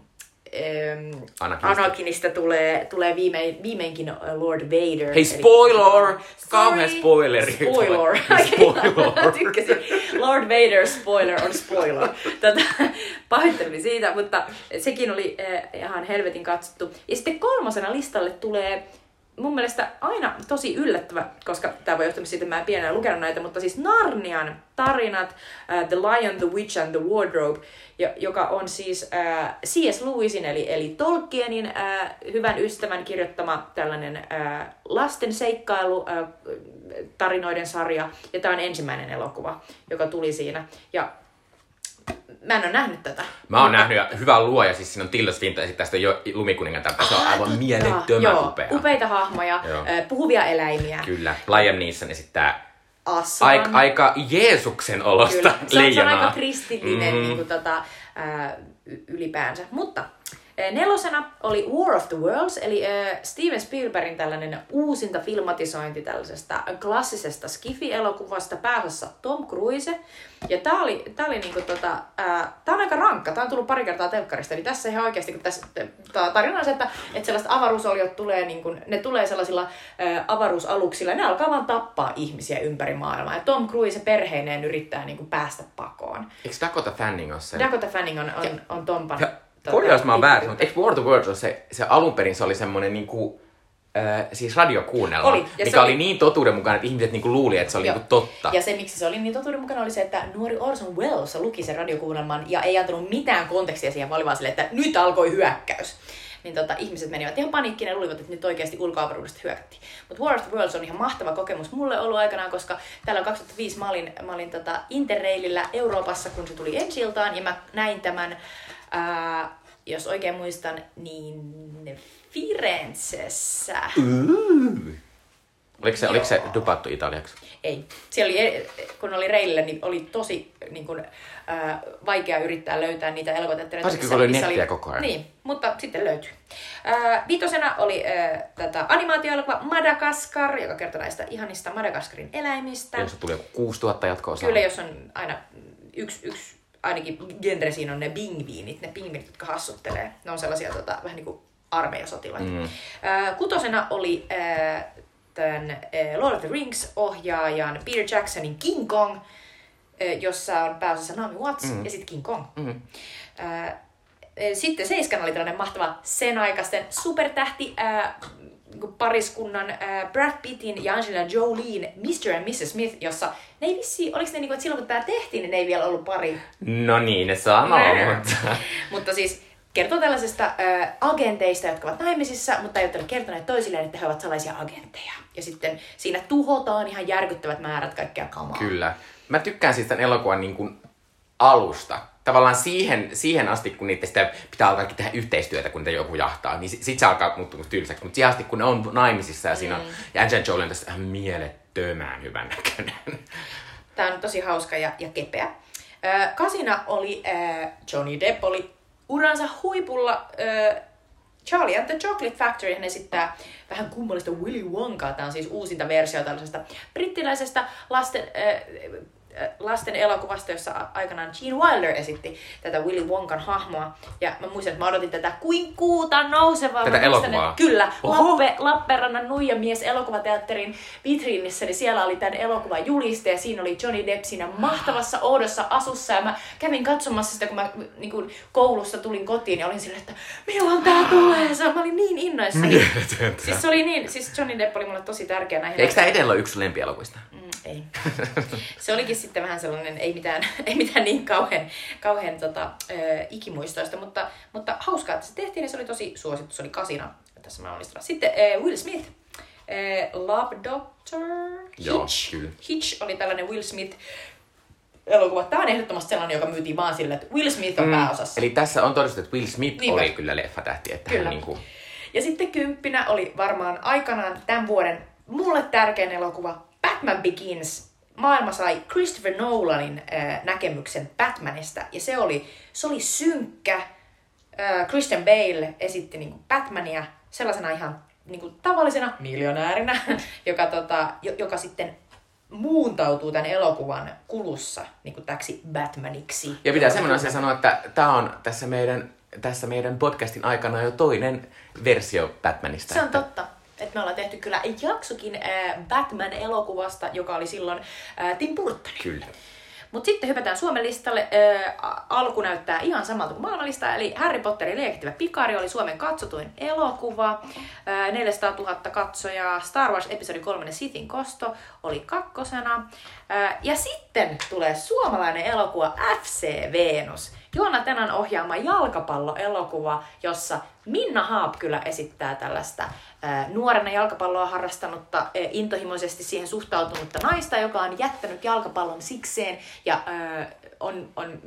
ähm, Anakinista. Anakinista tulee, tulee viimein, viimeinkin Lord Vader. Hei, spoiler! Kauhean spoileri. Spoiler. Spoiler. Tykkäsin. Lord Vader spoiler on spoiler. Tätä pahoittelin siitä, mutta sekin oli äh, ihan helvetin katsottu. Ja sitten kolmosena listalle tulee mun mielestä aina tosi yllättävä, koska tämä voi johtua siitä, että mä en pienenä lukenut näitä, mutta siis Narnian tarinat, uh, The Lion, The Witch and the Wardrobe, joka on siis uh, C S. Lewisin eli, eli Tolkienin uh, hyvän ystävän kirjoittama tällainen uh, lasten seikkailu, uh, tarinoiden sarja, ja tämä on ensimmäinen elokuva, joka tuli siinä. Ja mä en ole nähnyt tätä. Mä oon nähnyt, ja hyvä luoja, siis siinä on Tilda Swinton, ja sitten tästä on jo Lumikuningatar, se on aivan totta. mielettömän Joo, upea. upeita hahmoja, Joo. puhuvia eläimiä. Kyllä, Liam Neeson esittää Aslan. aika, aika Jeesuksen olosta Kyllä. Se, on, se on leijonaa. aika kristillinen mm. niin kuin, tota, ää, ylipäänsä. Mutta ää, nelosena oli War of the Worlds, eli ää, Steven Spielbergin tällainen uusinta filmatisointi tällaisesta klassisesta skifi-elokuvasta, pääosassa Tom Cruise. Ja tää oli, tää oli niinku tota, ää, tää on aika rankka, tää on tullut pari kertaa telkkarista, niin tässä ihan oikeesti, kun tässä tarina on se, että, että sellaiset avaruusoliot tulee, niinku, ne tulee sellaisilla ää, avaruusaluksilla, ja ne alkaa vaan tappaa ihmisiä ympäri maailmaa. Ja Tom Cruise perheineen yrittää niinku päästä pakoon. Eikö Dakota Fanning ole se? Dakota Fanning on, on, on Tompan. Korjaus mä oon väärin, mutta eikö War of the Worlds ole se, se alun perin se oli semmonen niinku, äh, siis radiokuunnelma, Oli, ja mikä se oli oli niin totuudenmukainen, että ihmiset niinku luuli, että se oli Joo. niinku totta. Ja se, miksi se oli niin totuudenmukainen, oli se, että nuori Orson Welles luki sen radiokuunnelman ja ei antanut mitään kontekstia siihen, vaan oli vaan silleen, että nyt alkoi hyökkäys. Niin tota, ihmiset menivät ihan paniikkiin ja luulivat, että nyt oikeasti ulkoavaruudesta hyökättiin. Mutta War of the Worlds on ihan mahtava kokemus mulle ollut aikanaan, koska täällä kaksituhattaviisi mä olin, mä olin tota Interrailillä Euroopassa, kun se tuli ensi iltaan, ja mä näin tämän, ää, jos oikein muistan, niin Firenzessä. Uh. Oliko se, oliko se dupattu italiaksi? Ei. Siellä oli, kun oli reilillä, niin oli tosi niin kuin, ää, vaikea yrittää löytää niitä elokuvateattereita. Varsinkin kun oli nettiä koko ajan. Niin, mutta sitten löytyi. Ää, viitosena oli ää, tätä animaatioelokuva Madagaskar, joka kertoo näistä ihanista Madagaskarin eläimistä. Jossa tuli joku kuusituhatta jatko-osaa. Kyllä, jos on aina yksi, yksi ainakin genre siinä on ne pingviinit, ne pingviinit, jotka hassuttelee. Ne on sellaisia tota, vähän niin kuin armeijasotilaita. Mm. Äh, kutosena oli äh, tämän äh, Lord of the Rings-ohjaajan Peter Jacksonin King Kong, äh, jossa on pääosassa Naomi Watts mm. ja sitten King Kong. Mm. Äh, sitten Seiskan oli tällainen mahtava sen aikaisten supertähti äh, pariskunnan äh, Brad Pittin ja Angelina Jolien mister and missus Smith, jossa ne ei vissi, oliko ne niinku, että silloin kun tää tehtiin, niin ne ei vielä ollut pari. No niin, ne sanoo, mutta... mutta siis kertoo tällaisesta äh, agenteista, jotka ovat naimisissa, mutta eivät ole kertoneet toisilleen, että he ovat salaisia agentteja. Ja sitten siinä tuhotaan ihan järkyttävät määrät kaikkea kamaa. Kyllä. Mä tykkään siis tämän elokuvan niin kuin alusta. Tavallaan siihen, siihen asti, kun niitä sitä pitää alkaa tehdä yhteistyötä, kun niitä joku jahtaa, niin sit, sit se alkaa muuttua tylsäksi. Mutta siihen asti, kun ne on naimisissa ja siinä on, mm. ja Angelina Jolie on tässä ihan mielettömän hyvän näköinen. Tää on tosi hauska ja, ja kepeä. Äh, kasina oli, äh, Johnny Depp oli uransa huipulla. Äh, Charlie and the Chocolate Factory, hän esittää vähän kummallista Willy Wonkaa. Tämä on siis uusinta versio tällaisesta brittiläisestä lasten... Äh, lasten elokuvasta, jossa aikanaan Gene Wilder esitti tätä Willy Wonkan hahmoa. Ja mä muistan, että mä odotin tätä kuin kuuta nousevaa. Tätä elokuvaa? Kyllä. Lappe, Lappeenrannan Nuijamies elokuvateatterin vitriinissä, niin siellä oli tämän elokuvan juliste ja siinä oli Johnny Depp siinä mahtavassa oudossa asussa. Ja mä kävin katsomassa sitä, kun mä niin kun koulusta tulin kotiin ja olin silleen, että milloin tää tulee? Mä olin niin innoissani. Siis se oli niin, siis Johnny Depp oli mulle tosi tärkeä näihin. Eikö tää edellä ole yksi lempielokuvista? Mm, ei. Se olikin sitten vähän sellainen, ei mitään, ei mitään niin kauhean, kauhean tota, äh, ikimuistoista, mutta, mutta hauskaa, että se tehtiin ja se oli tosi suosittu. Se oli kasina tässä maailmanlistalla. Sitten äh, Will Smith, äh, Love Doctor Hitch. Joo, kyllä. Hitch oli tällainen Will Smith elokuva. Tämä on ehdottomasti sellainen, joka myytiin vaan sille, että Will Smith on mm, pääosassa. Eli tässä on todistettu, että Will Smith niin oli vai? Kyllä leffatähti. Että kyllä. Hän niin kuin... Ja sitten kymppinä oli varmaan aikanaan tämän vuoden mulle tärkein elokuva Batman Begins. Maailma sai Christopher Nolanin äh, näkemyksen Batmanista, ja se oli, se oli synkkä. Äh, Christian Bale esitti niin kuin Batmania sellaisena ihan niin kuin tavallisena miljonäärinä, joka, tota, joka sitten muuntautuu tämän elokuvan kulussa niin kuin täksi Batmaniksi. Ja pitää semmoinen asia sanoa, että tämä on tässä meidän, tässä meidän podcastin aikana jo toinen versio Batmanista. Se on että... totta. Että me ollaan tehty kyllä jaksokin äh, Batman-elokuvasta, joka oli silloin äh, Tim Burton. Kyllä. Mutta sitten hypätään Suomen listalle. Äh, alku näyttää ihan samalta kuin maailmanlista. Eli Harry Potterin liekehtivä pikari oli Suomen katsotuin elokuva. Äh, neljäsataatuhatta katsojaa. Star Wars episodi kolme Sithin kosto oli kakkosena. Äh, ja sitten tulee suomalainen elokuva F C Venus. Joona Tenan ohjaama jalkapalloelokuva, jossa Minna Haapkylä esittää tällaista ää, nuorena jalkapalloa harrastanutta, ää, intohimoisesti siihen suhtautunutta naista, joka on jättänyt jalkapallon sikseen ja ää, on, on,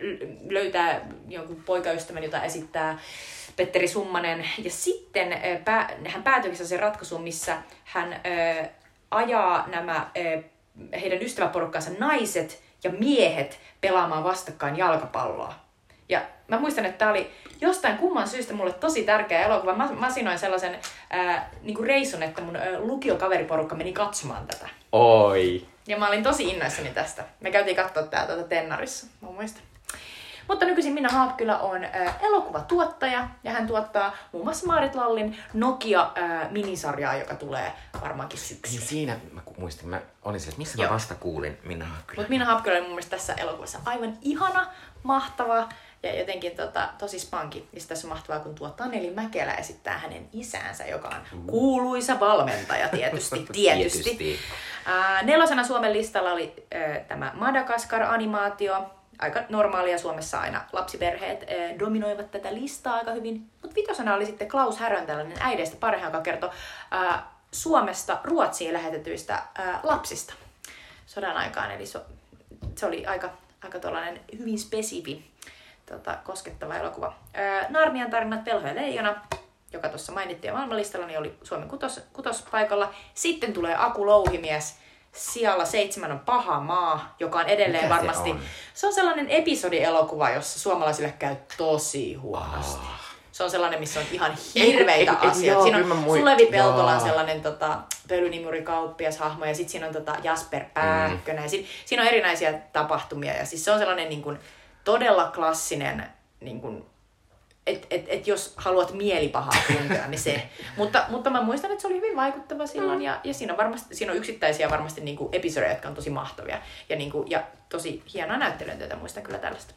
löytää jonkun poikaystävän, jota esittää Petteri Summanen. Ja sitten ää, pää, hän päätyykin se ratkaisuun, missä hän ää, ajaa nämä ää, heidän ystäväporukkansa naiset ja miehet pelaamaan vastakkain jalkapalloa. Ja mä muistan, että tää oli jostain kumman syystä mulle tosi tärkeä elokuva. Mä masinoin sellaisen ää, niinku reissun, että mun ää, lukiokaveriporukka meni katsomaan tätä. Oi. Ja mä olin tosi innoissani tästä. Me käytiin katsoa tää tuota Tennarissa, mä muistan. Mutta nykyisin Minna Haapkylä on ää, elokuvatuottaja ja hän tuottaa muun muassa Maarit Lallin Nokia-minisarjaa, joka tulee varmaankin syksyllä. Siinä mä muistin, mä olin siellä, missä Joo. mä vasta kuulin Minna Haapkylä. Mutta Minna Haapkylä oli mun mielestä tässä elokuvassa aivan ihana, mahtava ja jotenkin tota, tosi spanki. Ja tässä on mahtavaa, kun tuo Taneli Mäkelä esittää hänen isäänsä, joka on kuuluisa valmentaja tietysti. tietysti. tietysti. Ää, nelosena Suomen listalla oli ää, tämä Madagaskar-animaatio. Aika normaalia Suomessa aina lapsiperheet ää, dominoivat tätä listaa aika hyvin. Mutta vitosena oli sitten Klaus Härön tällainen äideistä parha, joka kertoi ää, Suomesta Ruotsiin lähetetyistä ää, lapsista sodan aikaan. Eli so, se oli aika, aika tollainen hyvin spesifi tota, koskettava elokuva. Ää, Narnian tarinat Velho ja Leijona, joka tuossa mainittiin maailmanlistalla, niin oli Suomen kutos, kutospaikalla. Sitten tulee Aku Louhimies. Sijalla seitsemän on Paha maa, joka on edelleen Mikä varmasti... Se on? se on sellainen episodielokuva, jossa suomalaisille käy tosi huonosti. Oh. Se on sellainen, missä on ihan hirveitä ei, asioita. Joo, siinä on mui... Sulevi Peltolan sellainen tota, pölynimurikauppiashahmo ja sitten siinä on tota, Jasper Pääkkönen. Mm. Siinä, siinä on erinäisiä tapahtumia ja siis se on sellainen niin kuin, todella klassinen, niin kuin, että et, et jos haluat mielipahaa tuntea, niin se. mutta, mutta mä muistan, että se oli hyvin vaikuttava silloin, mm. ja, ja siinä, on varmasti, siinä on yksittäisiä varmasti niin kuin episodeja, jotka on tosi mahtavia, ja, niin kuin, ja tosi hienoa näyttelyä, muistan kyllä tällaista.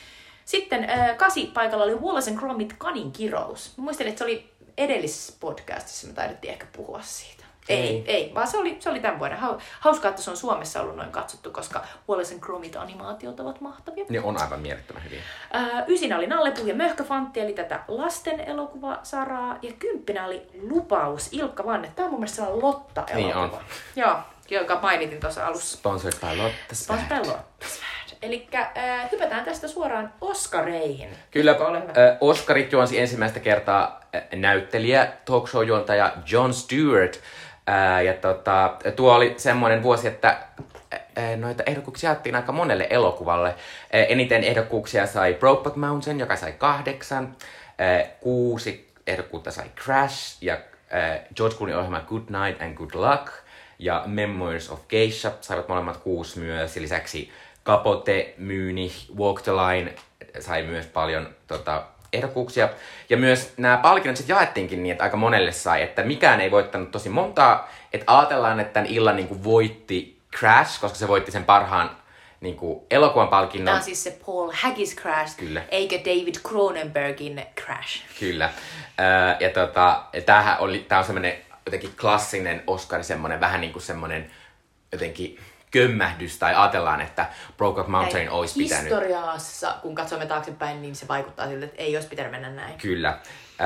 Sitten äh, kasi paikalla oli Wallace and Gromit Kanin kirous. Mä muistelin, että se oli edellisessä podcastissa, me taidettiin ehkä puhua siitä. Ei, ei, ei vaan se oli, se oli tämän vuoden. Hauskaa, että se on Suomessa ollut noin katsottu, koska Wallace and Gromit animaatiot ovat mahtavia. Ne on aivan mielettömän hyviä. Äh, ysinä oli Nallepuu ja Möhköfantti, eli tätä lasten elokuvasaraa. Ja kymppinä oli Lupaus Ilkka Vanne. Tämä on mun mielestä sellainen Lotta-elokuva. Niin on. Joo, joka mainitin tuossa alussa. Sponsored by Lotta Svärd. Sponsored by Lotta Svärd. Eli äh, hypätään tästä suoraan Oscareihin. Kyllä, äh, Oscarit juonsi ensimmäistä kertaa äh, näyttelijä, talk show-juontaja Jon Stewart. Äh, ja tota, tuo oli semmoinen vuosi, että äh, noita ehdokkuuksia jaettiin aika monelle elokuvalle. Äh, eniten ehdokkuuksia sai Brokeback Mountain, joka sai kahdeksan. Äh, kuusi ehdokkuutta sai Crash ja äh, George Clooneyn ohjelma Good Night and Good Luck. Ja Memoirs of Geisha saivat molemmat kuusi myös. Ja lisäksi Capote, Munich, Walk the Line sai myös paljon tota, ehdokkuuksia. Ja myös nämä palkinnot sitten jaettiinkin niin, että aika monelle sai, että mikään ei voittanut tosi montaa. Että ajatellaan, että tämän illan niin kuin voitti Crash, koska se voitti sen parhaan niin kuin elokuvan palkinnon. Tämä on siis se Paul Haggis Crash, Kyllä. eikä David Cronenbergin Crash. Kyllä. Äh, ja tota, tämähän oli, tää on semmoinen jotenkin klassinen Oscar, semmoinen vähän niin kuin semmoinen jotenkin kömmähdys, tai ajatellaan, että Brokeback Mountain näin olisi pitänyt. Historiassa, kun katsomme taaksepäin, niin se vaikuttaa siltä, että ei olisi pitänyt mennä näin. Kyllä.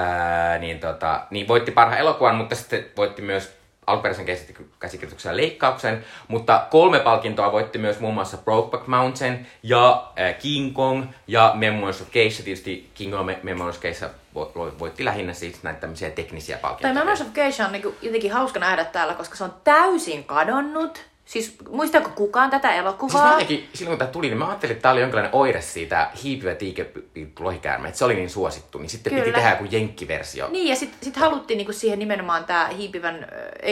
Ää, niin, tota, niin voitti parhaan elokuvan, mutta sitten voitti myös alkuperäisen käsikirjoituksen ja leikkauksen. Mutta kolme palkintoa voitti myös muun muassa Brokeback Mountain ja ää, King Kong ja Memoirs of Geisha. Tietysti King Kong ja Memoirs of Geisha voitti lähinnä siis näitä tämmöisiä teknisiä palkintoja. Tai Memoirs of Geisha on niin jotenkin hauska nähdä täällä, koska se on täysin kadonnut. Siis muistaako kukaan tätä elokuvaa? Siis ainakin silloin kun tämä tuli, niin mä ajattelin, että tämä oli jonkinlainen oire siitä Hiipivä tiike lohikäärme, että se oli niin suosittu, niin sitten Kyllä. piti tehdä joku jenkkiversio. Niin, ja sitten sit haluttiin niinku siihen nimenomaan tämä hiipivän,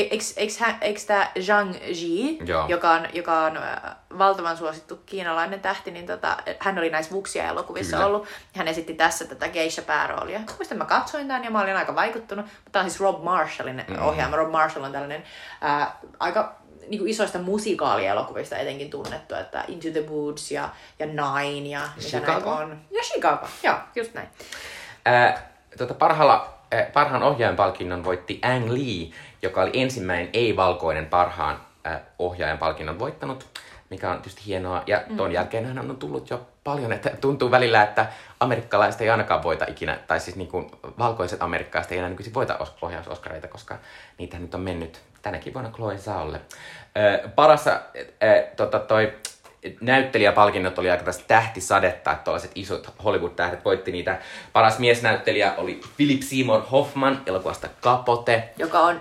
eikö tämä Zhang Ji, joka on, joka on valtavan suosittu kiinalainen tähti, niin tota, hän oli näissä Vuxia-elokuvissa Kyllä. ollut, ja hän esitti tässä tätä geisha-pääroolia. Muistan, mä katsoin tämän ja mä olin aika vaikuttunut, mutta tämä on siis Rob Marshallin mm-hmm. ohjaama. Rob Marshall on tällainen ää, aika niin kuin isoista musikaalielokuvista etenkin tunnettu, että Into the Woods ja, ja Nine ja mitä näitä on. Ja Chicago, joo, just näin. Ää, tuota, parhaalla, äh, parhaan ohjaajan palkinnon voitti Ang Lee, joka oli ensimmäinen ei-valkoinen parhaan äh, ohjaajan palkinnon voittanut, mikä on tietysti hienoa. Ja ton mm. jälkeen hän on tullut jo paljon, että tuntuu välillä, että amerikkalaiset ei ainakaan voita ikinä, tai siis niin kuin valkoiset amerikkalaiset ei enää nykyisin voita ohjausoskareita, koska niitä nyt on mennyt tänäkin vuonna Chloe Zhaolle. Äh, parassa äh, tota, toi näyttelijäpalkinnot oli aika tästä tähtisadetta, että tuollaiset isot Hollywood-tähdet voitti niitä. Paras miesnäyttelijä oli Philip Seymour Hoffman elokuvasta Capote. Joka on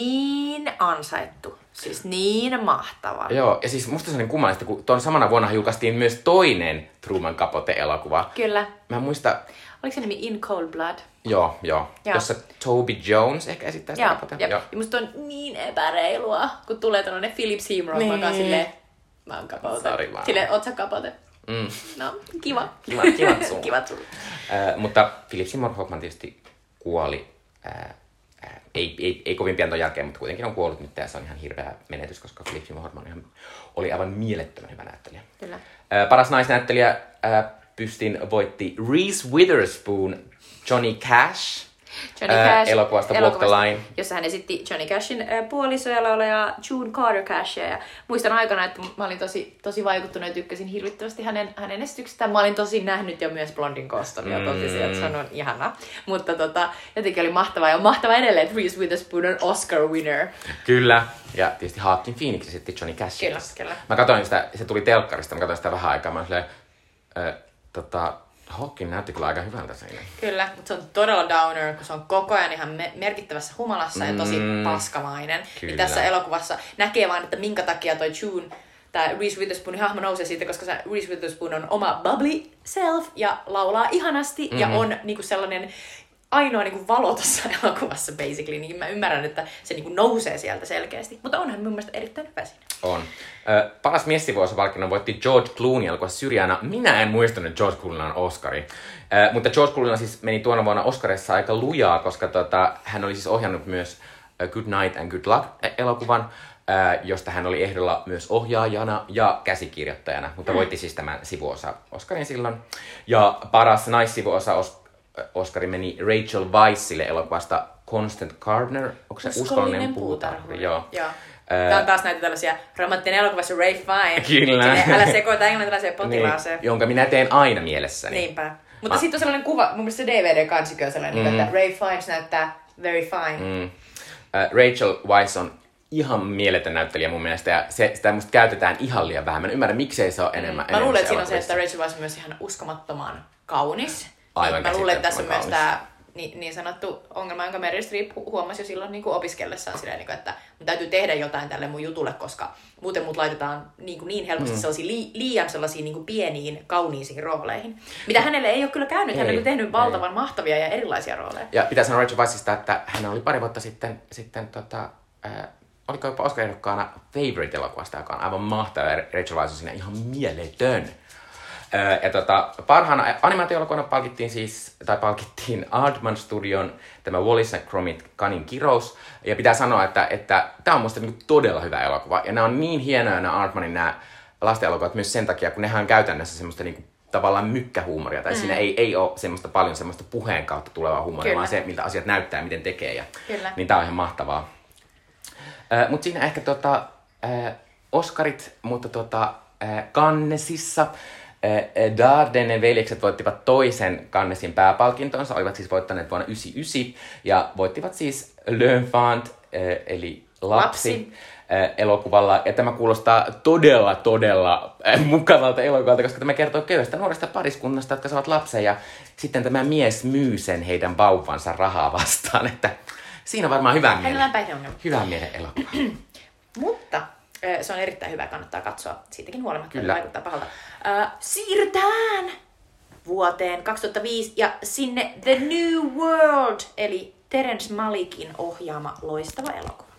niin ansaittu. Siis niin mahtava. Joo, ja siis musta se on niin kummallista, kun tuon samana vuonna julkaistiin myös toinen Truman Capote-elokuva. Kyllä. Mä en muista... Oliko se nimi In Cold Blood? Joo, joo. joo. Jossa Toby Jones ehkä esittää sitä Capotea. Joo, ja musta on niin epäreilua, kun tulee tällainen Philip Seymour niin. makaa silleen, mä oon Capote. Sori vaan. Silleen, oot sä Capote? Mm. No, kiva. Kiva, kivat sun. kivat sun. Uh, mutta Philip Seymour Hoffman tietysti kuoli, uh, uh, ei, ei, ei kovin pian ton jälkeen, mutta kuitenkin on kuollut nyt ja se on ihan hirveä menetys, koska Philip Seymour Hoffman ihan, oli aivan mielettömän hyvä näyttelijä. Kyllä. Uh, paras naisnäyttelijä uh, pystin voitti Reese Witherspoon, Johnny Cash. Johnny Cash, elokuvasta Walk the Line. Jossa hän esitti Johnny Cashin äh, puolisoja laulaja June Carter Cashia. Ja muistan aikana, että mä olin tosi, tosi vaikuttunut ja tykkäsin hirvittävästi hänen, hänen esityksestään. Mä olin tosi nähnyt jo myös Blondin Koston ja tosi että se on ihana. Mutta tota, jotenkin oli mahtavaa ja mahtavaa edelleen, että Reese Witherspoon on Oscar winner. Kyllä. Ja tietysti Joaquin Phoenix esitti Johnny Cashia. Kyllä, kyllä. Mä katsoin sitä, se tuli telkkarista, mä katsoin sitä vähän aikaa. Mä olin silleen, äh, tota... Hawking näytti kyllä aika hyvältä siinä. Kyllä, mutta se on todella downer, kun se on koko ajan ihan me- merkittävässä humalassa mm, ja tosi paskamainen. Niin tässä elokuvassa näkee vaan, että minkä takia toi June, tää Reese Witherspoonin hahmo nousee siitä, koska se Reese Witherspoon on oma bubbly self ja laulaa ihanasti mm-hmm. ja on niinku sellainen ainoa niin kuin valo tuossa elokuvassa basically, niin mä ymmärrän, että se niin kuin nousee sieltä selkeästi. Mutta onhan mun mielestä erittäin hyvä siinä. On. Ö, paras miessivuosipalkinnon voitti George Clooney elokuvassa Syrjäänä. Minä en muistanut, että George Clooney on Oscari. Ö, mutta George Clooney siis meni tuona vuonna Oscarissa aika lujaa, koska tota, hän oli siis ohjannut myös Good Night and Good Luck-elokuvan, ö, josta hän oli ehdolla myös ohjaajana ja käsikirjoittajana, mutta mm. voitti siis tämän sivuosa Oscarin silloin. Ja paras naissivuosa Os- Oscari meni Rachel Weiszille elokuvasta Constant Gardener. Onko se uskollinen puutarhuri? Joo. Joo. Tämä on taas näitä tällaisia romanttinen elokuvassa Ray Fine. Kyllä. Sinne, älä sekoita englantilaiseen potilaaseen. Niin, jonka minä teen aina mielessäni. Niinpä. Mutta Ma... sitten on sellainen kuva, mun mielestä se D V D-kansikö on sellainen, mm. että Ray Fiennes näyttää very fine. Mm. Uh, Rachel Weisz on ihan mieletön näyttelijä mun mielestä, ja se, sitä musta käytetään ihan liian vähän. Mä en ymmärrä, miksei se ole enemmän. Mm. Mä luulen, että siinä on se, että Rachel Weisz on myös ihan uskomattoman kaunis. Aivan Mä luulen, että tässä on myös tämä niin, niin sanottu ongelma, jonka Meryl Streep huomasi jo silloin niin kuin opiskellessaan silleen, että mun täytyy tehdä jotain tälle mun jutulle, koska muuten mut laitetaan niin, kuin niin helposti mm. sellaisiin li, liian sellaisiin niin kuin pieniin, kauniisiin rooleihin. Mitä hänelle ei ole kyllä käynyt, ei, hän on tehnyt valtavan ei. mahtavia ja erilaisia rooleja. Ja pitää sanoa Rachel Weiszista, että hän oli pari vuotta sitten, sitten tota, äh, oliko jopa Oscar-ehdokkaana Favorite-elokuvasta, joka on aivan mahtava, ja Rachel Weisz on siinä ihan mieletön. Öö, ja tota, parhaana animaatio-elokuvana palkittiin siis, tai palkittiin Aardman Studion tämä Wallace and Gromit Kanin kirous. Ja pitää sanoa, että, että tämä on musta niinku todella hyvä elokuva. Ja nämä on niin hienoja nämä Aardmanin nämä lastenelokuvat myös sen takia, kun nehän on käytännössä semmoista niinku tavallaan mykkähuumoria. Tai mm. siinä ei, ei ole semmoista paljon semmoista puheen kautta tulevaa huumoria, vaan se, miltä asiat näyttää ja miten tekee. Ja, niin tää on ihan mahtavaa. Öö, Mutta siinä ehkä tota, äh, Oscarit, mutta tota, äh, Cannesissa Dardenne veljekset voittivat toisen Cannesin pääpalkintonsa, olivat siis voittaneet vuonna yhdeksänkymmentäyhdeksän ja voittivat siis L'Enfant, eli lapsi, lapsi. elokuvalla. Ja tämä kuulostaa todella, todella mukavalta elokuvalta, koska tämä kertoo köyhästä nuoresta pariskunnasta, jotka saavat lapsen ja sitten tämä mies myy sen heidän vauvansa rahaa vastaan. Että siinä on varmaan hyvän mielen, hyvän mielen elokuva. Mutta se on erittäin hyvä, kannattaa katsoa. Siitäkin huolimatta, että vaikuttaa pahalta. Uh, siirrytään vuoteen kaksituhattaviisi ja sinne The New World, eli Terrence Malickin ohjaama loistava elokuva.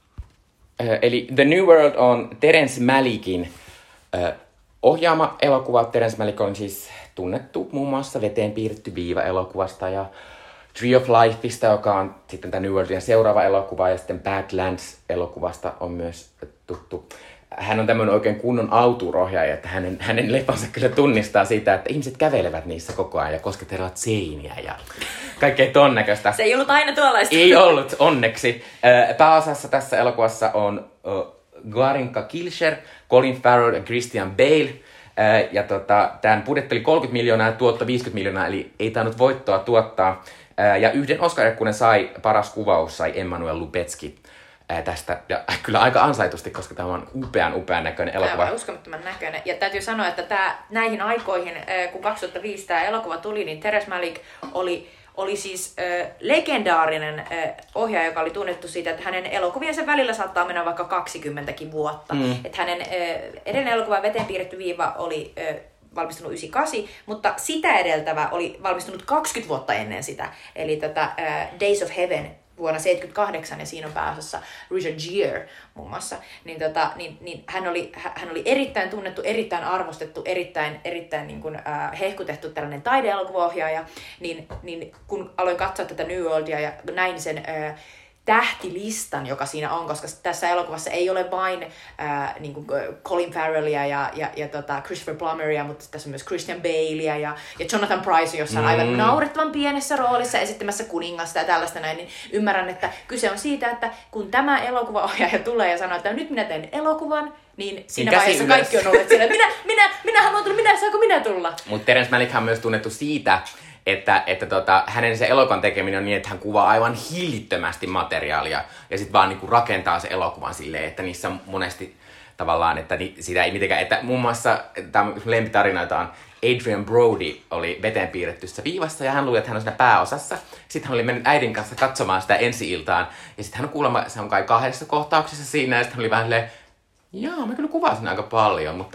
Uh, eli The New World on Terrence Malickin uh, ohjaama elokuva. Terrence Malick on siis tunnettu muun muassa Veteen piirretty viiva -elokuvasta ja Tree of Lifeista, joka on sitten tämä New Worldin seuraava elokuva, ja sitten Badlands-elokuvasta on myös tuttu. Hän on tämmöinen oikein kunnon autuurohjaaja, että hänen, hänen lepansa kyllä tunnistaa sitä, että ihmiset kävelevät niissä koko ajan ja koskettelevat seiniä ja kaikkea ton näköistä. Se ei ollut aina tuollaista. Ei ollut, onneksi. Pääosassa tässä elokuvassa on Garinka Kilcher, Colin Farrell ja Christian Bale. Ja tota, tämän budjetti oli kolmekymmentä miljoonaa ja tuotto viisikymmentä miljoonaa, eli ei tainnut voittoa tuottaa. Ja yhden Oscar-ekkunen sai, paras kuvaus sai Emmanuel Lubezki tästä. Ja kyllä aika ansaitusti, koska tämä on upean, upean näköinen elokuva. Tämä on uskomattoman näköinen. Ja täytyy sanoa, että tämä, näihin aikoihin, kun kaksituhattaviisi tämä elokuva tuli, niin Terrence Malick oli, oli siis äh, legendaarinen äh, ohjaaja, joka oli tunnettu siitä, että hänen elokuviensa välillä saattaa mennä vaikka kaksikymmentäkin vuotta. Mm. Että hänen äh, edellinen elokuva Veteen piirretty viiva oli Äh, valmistunut yhdeksänkymmentäkahdeksan, mutta sitä edeltävä oli valmistunut kaksikymmentä vuotta ennen sitä. Eli tätä uh, Days of Heaven vuonna seitsemänkymmentäkahdeksan, ja siinä on pääosassa Richard Gere muun muassa. Niin, tota, niin, niin hän, oli, hän oli erittäin tunnettu, erittäin arvostettu, erittäin, erittäin niin kuin, uh, hehkutettu tällainen taideelokuvaohjaaja. Niin, niin kun aloin katsoa tätä New Worldia ja näin sen Uh, tähtilistan, joka siinä on, koska tässä elokuvassa ei ole vain ää, niin kuin Colin Farrellia ja, ja, ja tota Christopher Plummeria, mutta tässä on myös Christian Balea ja, ja Jonathan Pryce, jossa on aivan mm. naurettavan pienessä roolissa esittämässä kuningasta ja tällaista näin, niin ymmärrän, että kyse on siitä, että kun tämä elokuvaohjaaja tulee ja sanoo, että nyt minä teen elokuvan, niin siinä niin vaiheessa ylös. Kaikki on ollut siinä, että minä, minä, minä haluan tulla, minä, saanko minä tulla? Mutta Terrence Malick on myös tunnettu siitä, että, että tota, hänen se elokuvan tekeminen on niin, että hän kuvaa aivan hillittömästi materiaalia ja sitten vaan niinku rakentaa se elokuvan silleen, että niissä on monesti tavallaan, että ni, sitä ei mitenkään, että muun muassa tämä lempitarinoita on Adrian Brody oli Veteen piirrettyssä viivassa ja hän luuli, että hän on siinä pääosassa. Sitten hän oli mennyt äidin kanssa katsomaan sitä ensi-iltaan ja sitten hän on kuulemma, se on kai kahdessa kohtauksessa siinä ja sitten hän oli vähän silleen, jaa, mä kyllä kuvasin aika paljon, mutta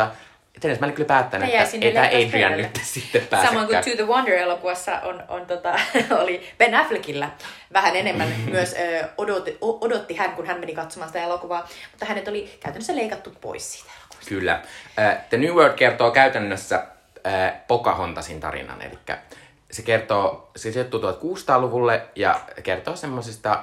Teres Malik oli päättänyt, että ei tämä Adrian nyt sitten pääsekään. Samoin kuin To the Wonder-elokuvassa on, on tota, oli Ben Affleckillä vähän enemmän myös ö, odotti, odotti hän, kun hän meni katsomaan sitä elokuvaa, mutta hänet oli käytännössä leikattu pois siitä elokuvasta. Kyllä. The New World kertoo käytännössä Pocahontasin tarinan, eli se kertoo, se sijoittuu tuhatkuusisataaluvulle ja kertoo semmoisista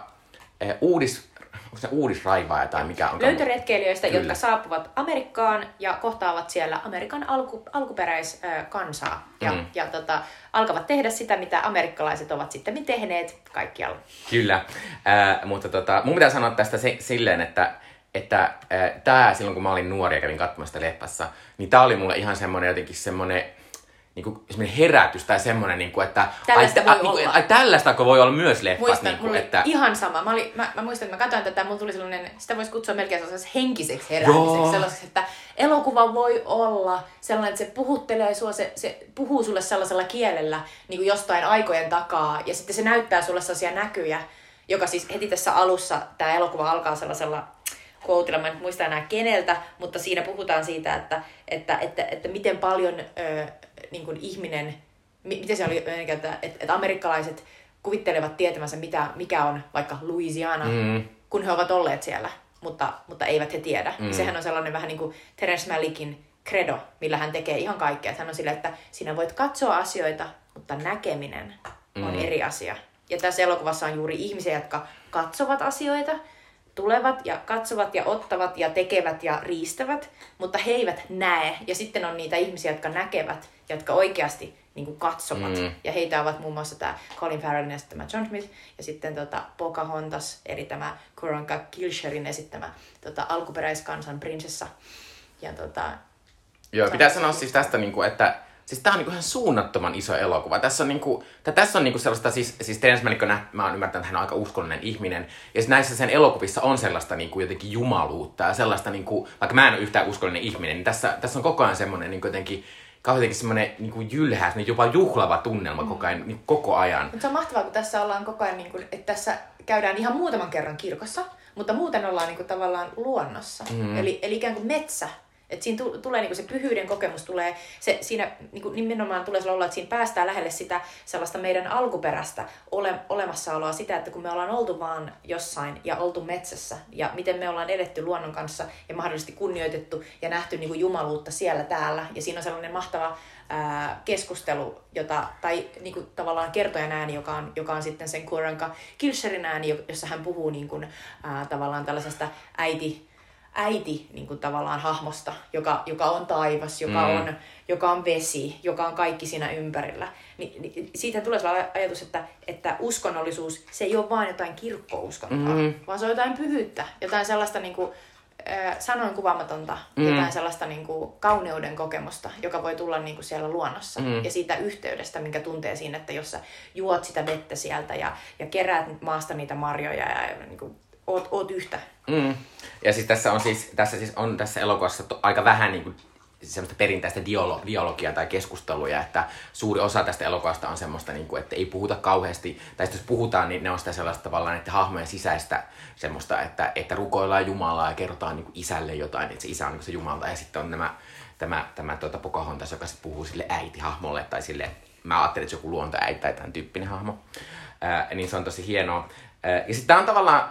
uudis, uudisraivaaja tai mikä on. Löytöretkeilijöistä, jotka saapuvat Amerikkaan ja kohtaavat siellä Amerikan alku, alkuperäiskansaa ja, mm. ja tota, alkavat tehdä sitä, mitä amerikkalaiset ovat sitten tehneet kaikkialla. Kyllä, äh, mutta tota, mun pitää sanoa tästä se, silleen, että että äh, tää silloin kun mä olin nuori ja kävin katsomassa sitä leffassa, niin tää oli mulle ihan semmonen jotenkin semmonen niinku semmoinen herätys tai semmoinen, niinku, että tällaista ai, voi ai, olla. Niinku, ai tällaista voi olla myös leffat. Muistan, niinku, mulla että ihan sama. Mä, olin, mä, mä muistan, että mä katsoin tätä, mulla tuli sellainen, sitä voisi kutsua melkein sellaiseksi henkiseksi heräämiseksi. Sellaiseksi, että elokuva voi olla sellainen, että se puhuttelee sua, se, se puhuu sulle sellaisella kielellä niin kuin jostain aikojen takaa. Ja sitten se näyttää sulle sellaisia näkyjä, joka siis heti tässä alussa, tämä elokuva alkaa sellaisella quotella, mä en muista enää keneltä, mutta siinä puhutaan siitä, että, että, että, että miten paljon ö, niin kuin ihminen, miten se oli, että, että amerikkalaiset kuvittelevat tietämänsä, mitä, mikä on vaikka Louisiana, mm. kun he ovat olleet siellä, mutta, mutta eivät he tiedä. Mm. Sehän on sellainen vähän niin kuin Terence Malickin credo, millä hän tekee ihan kaikkea. Että hän on sillä, että sinä voit katsoa asioita, mutta näkeminen mm. on eri asia. Ja tässä elokuvassa on juuri ihmisiä, jotka katsovat asioita, tulevat ja katsovat ja ottavat ja tekevät ja riistävät, mutta he eivät näe. Ja sitten on niitä ihmisiä, jotka näkevät ja jotka oikeasti niin kuin katsovat. Mm. Ja heitä ovat muun muassa tämä Colin Farrellin esittämä John Smith ja sitten tota Pocahontas, eli tämä Coronca Kilsherin esittämä tota, alkuperäiskansan prinsessa. Ja, tota, Joo, pitää sanoa siis tästä, niin kuin, että siis tää on niinku ihan suunnattoman iso elokuva. Tässä on niinku, tässä on niinku sellaista, siis, siis Terence Malick on, mä oon ymmärtänyt, että hän on aika uskollinen ihminen. Ja näissä sen elokuvissa on sellaista niinku jotenkin jumaluutta ja sellaista niinku, vaikka mä en ole yhtään uskollinen ihminen, niin tässä, tässä on koko ajan semmoinen niinku jotenkin, jotenkin semmoinen niinku jylhä, jopa juhlava tunnelma mm. koko ajan, niinku koko ajan. Mutta se on mahtavaa, kun tässä ollaan koko ajan, niinku, että tässä käydään ihan muutaman kerran kirkossa, mutta muuten ollaan niinku tavallaan luonnossa. Mm. Eli, eli ikään kuin metsä. Että siinä t- tulee niinku se pyhyyden kokemus, tulee, se, siinä niinku nimenomaan tulee olla, että siinä päästään lähelle sitä sellaista meidän alkuperäistä ole, olemassaoloa, sitä, että kun me ollaan oltu vaan jossain ja oltu metsässä ja miten me ollaan edetty luonnon kanssa ja mahdollisesti kunnioitettu ja nähty niinku jumaluutta siellä täällä. Ja siinä on sellainen mahtava ää, keskustelu, jota, tai niinku tavallaan kertojan ääni, joka on, joka on sitten sen Coronca Kilsherin ääni, jossa hän puhuu niinku, ää, tavallaan tällaisesta äiti, äiti niin kuin tavallaan hahmosta, joka, joka on taivas, joka, mm. on, joka on vesi, joka on kaikki siinä ympärillä. Ni, ni, siitä tulee sellainen ajatus, että, että uskonnollisuus, se ei ole vain jotain kirkkouskontoa, mm. vaan se on jotain pyhyyttä, jotain sellaista niin kuin, äh, sanoin kuvaamatonta, mm. jotain sellaista niin kuin, kauneuden kokemusta, joka voi tulla niin kuin siellä luonnossa. Mm. Ja siitä yhteydestä, minkä tuntee siinä, että jos sä juot sitä vettä sieltä ja, ja keräät maasta niitä marjoja ja niin kuin, oot, oot yhtä. Mm. Ja siis tässä on siis tässä siis on tässä elokuvassa to, aika vähän niin kuin semmoista perinteistä dialog, dialogia tai keskusteluja, että suuri osa tästä elokuvasta on semmoista niin kuin, että ei puhuta kauheasti, tai jos puhutaan, niin ne on sitä sellaista tavallaan, että hahmojen sisäistä semmoista, että, että rukoillaan Jumalaa ja kerrotaan niin kuin isälle jotain, että se isä on niin kuin se Jumala, ja sitten on nämä, tämä, tämä tuota Pocahontas, joka sitten puhuu sille äitihahmolle, tai sille, mä ajattelin, että se joku luontoäiti tai tämän tyyppinen hahmo, Ää, niin se on tosi hienoa. Ää, ja sitten tää on tavallaan,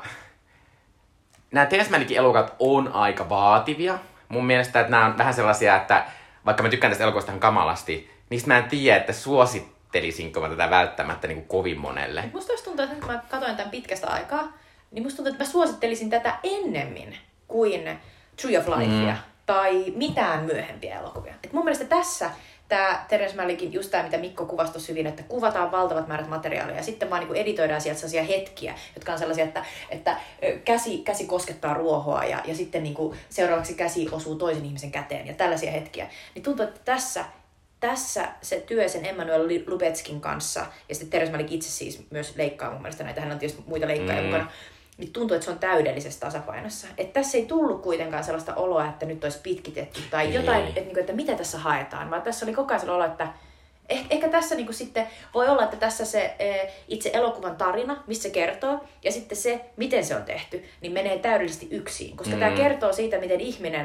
nämä Terence Malickin elokuvat on aika vaativia. Mun mielestä, että nämä on vähän sellaisia, että vaikka mä tykkään tästä elokuvasta ihan kamalasti, niistä mä en tiedä, että suosittelisinko mä tätä välttämättä niin kuin kovin monelle. Musta jos tuntuu, että kun mä katsoin tämän pitkästä aikaa, niin musta tuntuu, että mä suosittelisin tätä ennemmin kuin Tree of Lifea mm. tai mitään myöhempiä elokuvia. Et mun mielestä tässä tämä Terence Malickin, just tämä, mitä Mikko kuvasi tuossa hyvin, että kuvataan valtavat määrät materiaalia ja sitten vaan niin kuin editoidaan sieltä sellaisia hetkiä, jotka on sellaisia, että, että käsi, käsi koskettaa ruohoa ja, ja sitten niin kuin seuraavaksi käsi osuu toisen ihmisen käteen ja tällaisia hetkiä. Niin tuntuu, että tässä, tässä se työ sen Emmanuel Lubetskin kanssa ja sitten Terence Malick itse siis myös leikkaa mun mielestä näitä, hän on tietysti muita leikkaajia mm. mukana, niin tuntuu, että se on täydellisessä tasapainossa. Että tässä ei tullut kuitenkaan sellaista oloa, että nyt olisi pitkitetty tai jotain, että, että mitä tässä haetaan, vaan tässä oli koko ajan sellainen olo, että ehkä, ehkä tässä niin kuin sitten voi olla, että tässä se itse elokuvan tarina, missä se kertoo, ja sitten se, miten se on tehty, niin menee täydellisesti yksin. Koska mm. tämä kertoo siitä, miten ihminen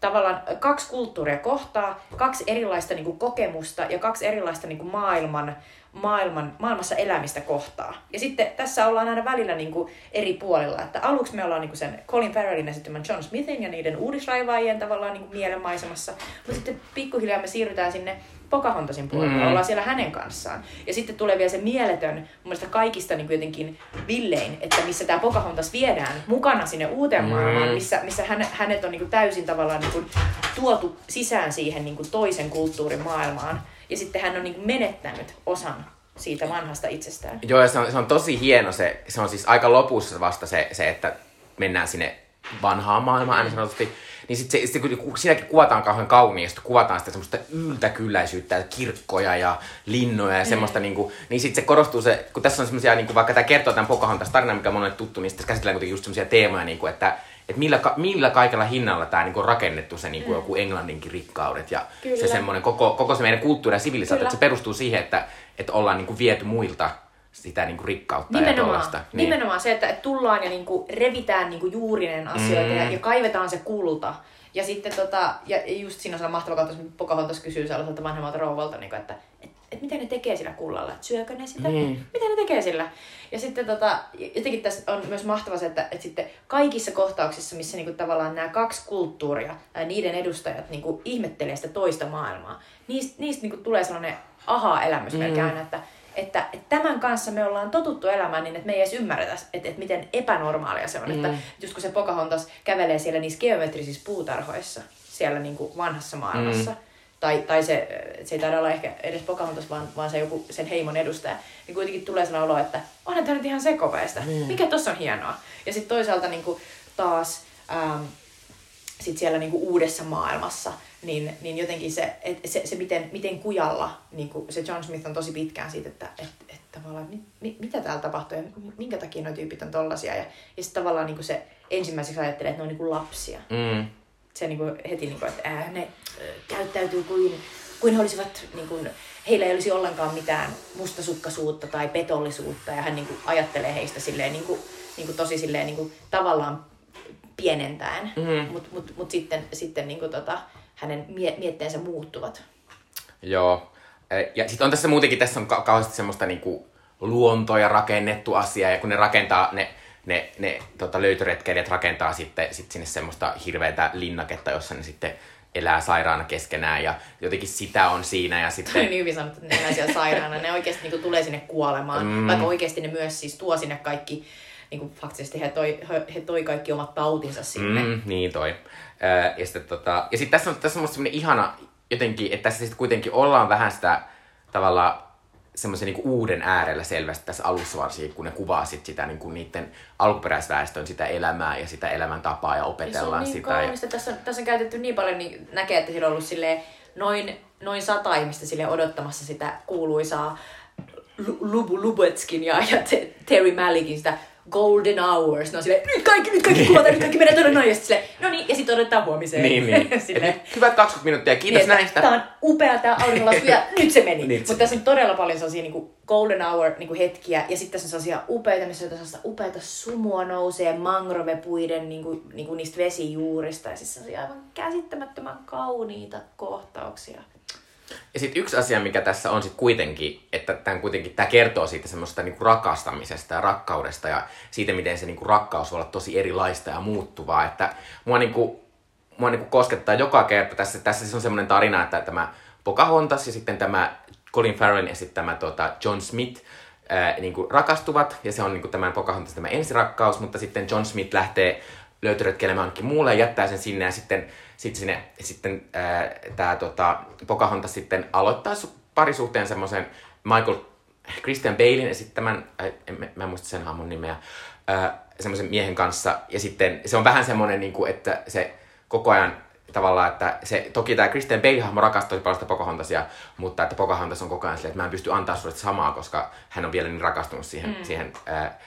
tavallaan kaksi kulttuuria kohtaa, kaksi erilaista niin kuin kokemusta ja kaksi erilaista niin kuin maailman, maailman, maailmassa elämistä kohtaa. Ja sitten tässä ollaan aina välillä niin kuin eri puolilla. Että aluksi me ollaan niin kuin sen Colin Farrellin esittämän John Smithin ja niiden uudisraivaajien tavallaan niin kuin mielenmaisemassa. Mutta sitten pikkuhiljaa me siirrytään sinne Pocahontasin puolelle. Mm. Ollaan siellä hänen kanssaan. Ja sitten tulee vielä se mieletön, mun mielestä kaikista niin kuin jotenkin villein, että missä tämä Pocahontas viedään mukana sinne uuteen mm. maailmaan, missä, missä hän, hänet on niin kuin täysin tavallaan niin kuin tuotu sisään siihen niin kuin toisen kulttuurin maailmaan. Ja sitten hän on niin kuin menettänyt osan siitä vanhasta itsestään. Joo, ja se on, se on tosi hieno. Se, se on siis aika lopussa vasta se, se että mennään sinne vanhaan maailmaan aina sanotusti. Niin sitten se, sit, kun siinäkin kuvataan kauhean kauniisti, kuvataan sitä semmoista yltäkylläisyyttä, kirkkoja ja linnoja ja semmoista, mm. niin, kuin, niin sitten se korostuu se, kun tässä on semmoisia, niin vaikka tämä kertoo tämän Pocahontas tarinan, mikä on monelle tuttu, niin sitten käsitellään kuitenkin just semmoisia teemoja, niin kuin, että että millä, millä kaikella hinnalla tämä niinku rakennettu se niinku mm. joku Englanninkin rikkaudet ja Kyllä. se semmoinen koko, koko se meidän kulttuuri ja sivilisaatio, että se perustuu siihen, että, että ollaan niinku viety muilta sitä niinku rikkautta nimenomaan, ja tollaista. Niin. Nimenomaan se, että tullaan ja niinku revitään niinku juurinen asioita mm. ja, ja kaivetaan se kulta. Ja sitten tota, ja just siinä on sellainen mahtava kautta, että Pocahontas kysyy sellaiselta vanhemmalta rouvalta, niin että et, et mitä ne tekee sillä kullalla, että syökö ne sitä, mm. mitä ne tekee sillä. Ja sitten tota, jotenkin tässä on myös mahtava se, että, että sitten kaikissa kohtauksissa, missä niinku tavallaan nämä kaksi kulttuuria, tai niiden edustajat niinku ihmettelee sitä toista maailmaa, niistä, niistä niinku tulee sellainen aha-elämys melkein mm. aina, että Että, että tämän kanssa me ollaan totuttu elämään niin, että me ei edes ymmärretä, että, että miten epänormaalia se on. Mm. Että just kun se Pocahontas kävelee siellä niissä geometrisissä puutarhoissa, siellä niin kuin vanhassa maailmassa, mm. tai, tai se, se ei taida olla ehkä edes Pocahontas, vaan, vaan se joku sen heimon edustaja, niin kuitenkin tulee sellainen olo, että onhan tämä nyt ihan sekopäistä. Mm. Mikä tossa on hienoa? Ja sitten toisaalta niin kuin taas ähm, sit siellä niin kuin uudessa maailmassa, Niin, niin jotenkin se, et, se, se miten, miten kujalla, niin kuin se John Smith on tosi pitkään siitä, että et, et tavallaan mit, mitä täällä tapahtuu ja minkä takia nuo tyypit on tollasia. Ja, ja sitten tavallaan niin kuin se ensimmäiseksi ajattelee, että ne on niin kuin lapsia. Mm. Se niin kuin heti, niin kuin, että ää, ne käyttäytyy kuin, kuin he olisivat, niin kuin, heillä ei olisi ollenkaan mitään mustasukkaisuutta tai petollisuutta. Ja hän niin kuin ajattelee heistä silleen, niin kuin, niin kuin tosi silleen, niin kuin, tavallaan pienentäen. Mm. Mutta mut, mut sitten, sitten niin kuin, tota, hänen mietteensä muuttuvat. Joo. Ja sitten on tässä muutenkin, tässä on ka- kauheasti semmoista niinku luontoja rakennettu asiaa, ja kun ne rakentaa, ne, ne, ne tota, löytöretkeilijät rakentaa sitten sit sinne semmoista hirveätä linnaketta, jossa ne sitten elää sairaana keskenään, ja jotenkin sitä on siinä. Ja sitten... niin hyvin sanottu, että ne elää siellä sairaana. Ne oikeasti niinku tulee sinne kuolemaan, mm. vaikka oikeasti ne myös siis tuo sinne kaikki, niinku faktisesti he toi, he toi kaikki omat tautinsa sinne. Mm, niin toi. Ja sitten tota, ja sit tässä on, tässä on semmoinen ihana jotenkin, että tässä sitten kuitenkin ollaan vähän sitä tavallaan semmoisen niinku uuden äärellä selvästi tässä alussa varsinkin, kun ne kuvaa sit sitä niinku niiden alkuperäisväestön sitä elämää ja sitä elämäntapaa ja opetellaan ja se on sitä. Niin kaunista. Ja... Tässä, on, tässä on käytetty niin paljon, niin näkee, että siellä on ollut silleen noin, noin sata ihmistä silleen odottamassa sitä kuuluisaa Lubu Lubetskin ja, ja Terry Malikin sitä Golden Hours. No silleen, nyt kaikki, nyt kaikki kuvataan, nyt kaikki menee todella noin. Ja sitten no niin, ja sitten odotetaan huomiseen. Niin, niin. Hyvät kaksikymmentä minuuttia, kiitos niin, näistä. Tää on upea tää auringonlasku ja nyt se meni. Niin, mutta tässä on todella paljon sellaisia niinku Golden Hour niinku hetkiä. Ja sitten tässä on sellaisia upeita, missä on sellaista upeita sumua nousee mangrovepuiden niinku, niinku niistä vesijuurista. Ja siis sellaisia aivan käsittämättömän kauniita kohtauksia. Ja sitten yksi asia, mikä tässä on sitten kuitenkin, että tämän kuitenkin tämä kertoo siitä semmoista niinku rakastamisesta ja rakkaudesta ja siitä, miten se niinku rakkaus voi olla tosi erilaista ja muuttuvaa. Että mua, niinku, mua niinku koskettaa joka kerta. Tässä, tässä siis on semmoinen tarina, että tämä Pocahontas ja sitten tämä Colin Farrell ja sitten tämä tota John Smith ää, niinku rakastuvat. Ja se on niinku tämän Pocahontas tämä ensirakkaus, mutta sitten John Smith lähtee löytöretkelemään jonnekin muulle ja jättää sen sinne ja sitten Sitten, sinne, sitten tämä tota, Pocahontas sitten aloittaa su- parisuhteen semmoisen Michael Christian Balein esittämän, äh, en, mä en muista sen hahmon nimeä, äh, semmoisen miehen kanssa. Ja sitten se on vähän semmoinen, niin kuin, että se koko ajan tavallaan, että se, toki tämä Christian Bale-hahmo rakastaa paljon sitä Pocahontasia, mutta että Pocahontas on koko ajan silleen, että mä en pysty antaa sulle samaa, koska hän on vielä niin rakastunut siihen, mm. siihen äh,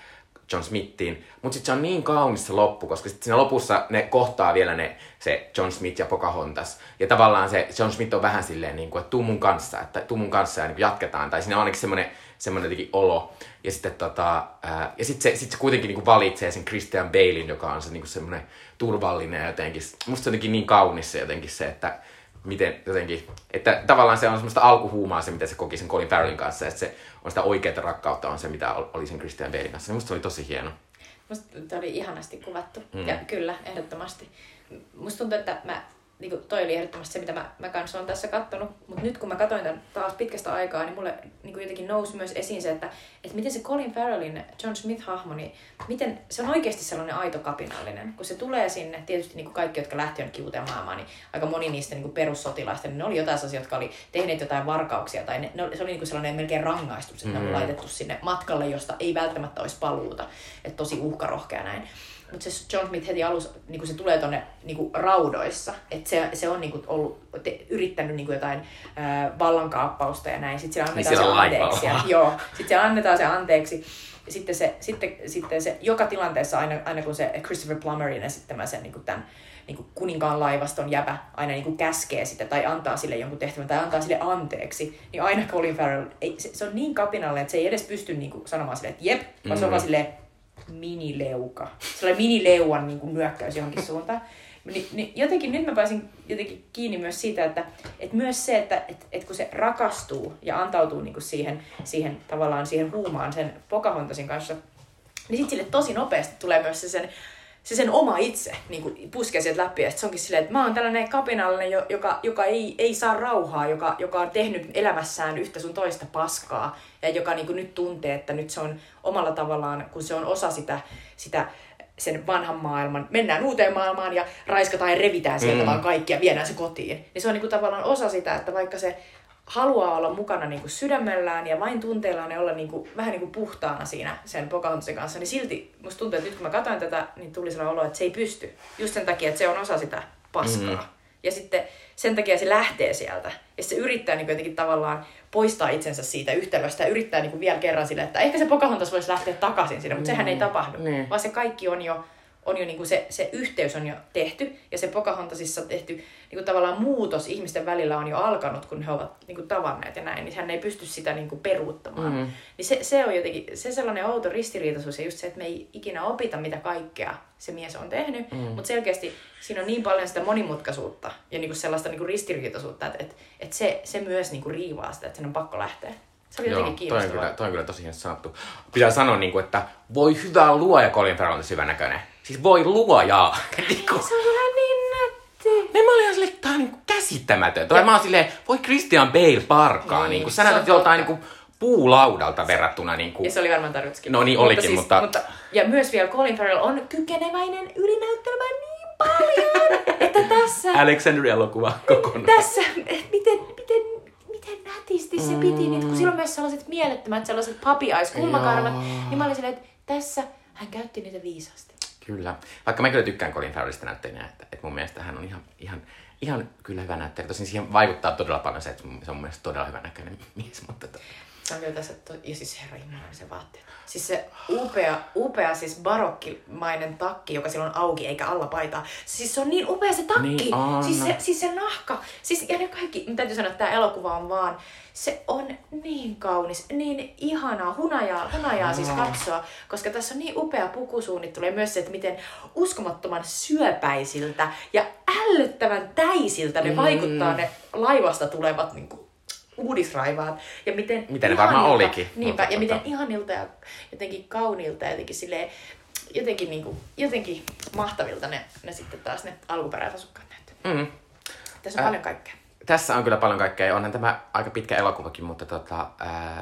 John Smithiin, mutta sitten se on niin kaunis se loppu, koska sitten siinä lopussa ne kohtaa vielä ne, se John Smith ja Pocahontas. Ja tavallaan se John Smith on vähän silleen, niin kuin, että tuu mun kanssa, että tuu mun kanssa ja niin jatketaan. Tai siinä on ainakin semmoinen, semmoinen jotenkin olo. Ja sitten tota, ää, ja sit se, sit se kuitenkin niin kuin valitsee sen Christian Balein, joka on se niin kuin semmoinen turvallinen ja jotenkin. Musta se on jotenkin niin kaunis se jotenkin se, että miten jotenkin, että tavallaan se on semmoista alkuhuumaa se, mitä se koki sen Colin Farrellin kanssa, että se on sitä oikeaa rakkautta on se, mitä oli sen Christian Balein kanssa. Musta se oli tosi hieno. Musta tämä oli ihanasti kuvattu. Mm. Ja kyllä, ehdottomasti. Musta tuntuu, että mä, niin kuin toi oli ehdottomasti se, mitä mä, mä kanssa olen tässä kattonut. Mutta nyt kun mä katsoin tämän taas pitkästä aikaa, niin mulle niin kuin jotenkin nousi myös esiin se, että, että miten se Colin Farrellin John Smith-hahmo, niin miten se on oikeasti sellainen aito kapinallinen. Kun se tulee sinne, tietysti niin kuin kaikki, jotka lähti jonnekin uuteen maailmaan, niin aika moni niistä niin kuin perussotilaista, niin ne oli jotain sellaisia, jotka oli tehneet jotain varkauksia. Tai ne, ne, se oli niin kuin sellainen melkein rangaistus, että mm. ne oli laitettu sinne matkalle, josta ei välttämättä olisi paluuta. Että tosi uhkarohkea näin. Mutta se John Smith heti alussa, niin se tulee tuonne niin raudoissa, että se, se on niin ollut te, yrittänyt niin jotain ää, vallankaappausta ja näin. Sitten siellä annetaan niin se anteeksi. Ja, joo, sitten siellä annetaan se anteeksi. Ja sitten se, sitten, sitten se joka tilanteessa, aina, aina kun se Christopher Plummerin esittämä sen niin tämän niin kuninkaan laivaston jäbä aina niin käskee sitä tai antaa sille jonkun tehtävän tai antaa sille anteeksi, niin aina Colin Farrell, ei, se, se on niin kapinallinen, että se ei edes pysty niin sanomaan silleen, että jep, vaan se on vaan silleen, minileuka. Sellainen minileuan niin kuin nyökkäys johonkin suuntaan. Ni, ni, jotenkin nyt mä pääsin jotenkin kiinni myös siitä, että, että myös se, että et, et kun se rakastuu ja antautuu niin kuin siihen, siihen, tavallaan siihen huumaan sen Pocahontasin kanssa, niin sitten sille tosi nopeasti tulee myös se sen, se sen oma itse niin kuin puskee sieltä läpi. Ja se onkin silleen, että mä oon tällainen kapinallinen, joka, joka ei, ei saa rauhaa, joka, joka on tehnyt elämässään yhtä sun toista paskaa. Ja joka niin kuin nyt tuntee, että nyt se on omalla tavallaan, kun se on osa sitä, sitä sen vanhan maailman, mennään uuteen maailmaan ja raiskataan ja revitään sieltä mm. vaan kaikki ja viedään se kotiin. Niin se on niin kuin tavallaan osa sitä, että vaikka se haluaa olla mukana niin kuin sydämellään ja vain tunteillaan ja olla niin kuin, vähän niin kuin puhtaana siinä sen Pocahontasin kanssa, niin silti musta tuntuu, että nyt kun mä katsoin tätä, niin tuli sellainen olo, että se ei pysty. Just sen takia, että se on osa sitä paskaa. Mm. Ja sitten sen takia se lähtee sieltä. Ja se yrittää niin kuin jotenkin tavallaan poistaa itsensä siitä yhtälöstä ja yrittää niin kuin vielä kerran sille, että ehkä se Pocahontas voisi lähteä takaisin sinne, mutta mm. sehän ei tapahdu. Mm. Vaan se kaikki on jo, on jo niin kuin se, se yhteys on jo tehty ja se Pocahontasissa tehty niin kuin tavallaan muutos ihmisten välillä on jo alkanut, kun he ovat niin kuin tavanneet ja näin, niin hän ei pysty sitä niin kuin peruuttamaan. Mm. Niin se, se on jotenkin se sellainen outo ristiriitaisuus ja just se, että me ei ikinä opita, mitä kaikkea se mies on tehnyt, mm. mutta selkeästi siinä on niin paljon sitä monimutkaisuutta ja niin kuin sellaista niin kuin ristiriitaisuutta, että, että, että se, se myös niin kuin riivaa sitä, että sen on pakko lähteä. Se oli jotenkin kiinnostavaa. Toi on kyllä, toi on kyllä tosi hienosti sanottu. Pitää sanoa, niin kuin, että voi hyvää luoja, Colin Farrell on hyvänäköinen. Siis voi luojaa. Se on kyllä niin nätti. Ne mä olin ihan silleen, tää on niin käsittämätön. Toi mä oon silleen, voi Christian Bale parkaa. Niin, niin kuin, sä näytät joltain niin kuin, puulaudalta verrattuna. Niin kuin... Ja se oli varmaan tarjotskin. No niin olikin, mutta, siis, mutta... mutta... Ja myös vielä Colin Farrell on kykeneväinen ylinäyttelemään niin paljon, että tässä... Alexander-elokuva kokonaan. Tässä, miten... miten miten nätisti se piti, mm. kun sillä on myös sellaiset mielettömät sellaiset papiaiskulmakarvat, niin mä olin silleen, että tässä hän käytti niitä viisaasti. Kyllä. Vaikka mä kyllä tykkään Colin Farrellista näyttelijänä, että, että mun mielestä hän on ihan, ihan, ihan kyllä hyvä näyttelijä. Tosin siihen vaikuttaa todella paljon se, että se on mun mielestä todella hyvä näköinen mies. Mutta to... Se on kyllä tässä, to... ja siis herra jumala, se vaatteet. Siis se upea, upea siis barokkimainen takki, joka silloin on auki eikä alla paitaa. Siis se on niin upea se takki. Niin on. Siis, se, siis se nahka. Siis, ja ne kaikki, mä täytyy sanoa, että tämä elokuva on vaan, se on niin kaunis, niin ihanaa, hunajaa, hunajaa siis katsoa. Koska tässä on niin upea pukusuunnittelu ja myös se, että miten uskomattoman syöpäisiltä ja ällöttävän täisiltä ne mm. vaikuttaa ne laivasta tulevat niin kuin, uudisraivaat. Ja miten, miten ne varmaan olikin. Niinpä, ja tota... miten ihanilta ja jotenkin kauniilta ja jotenkin silleen, jotenkin, niin kuin, jotenkin mahtavilta ne, ne sitten taas ne alkuperäisasukkaat näyttää. Mm. Tässä on äh, paljon kaikkea. Tässä on kyllä paljon kaikkea ja onhan tämä aika pitkä elokuvakin, mutta tota... Ää...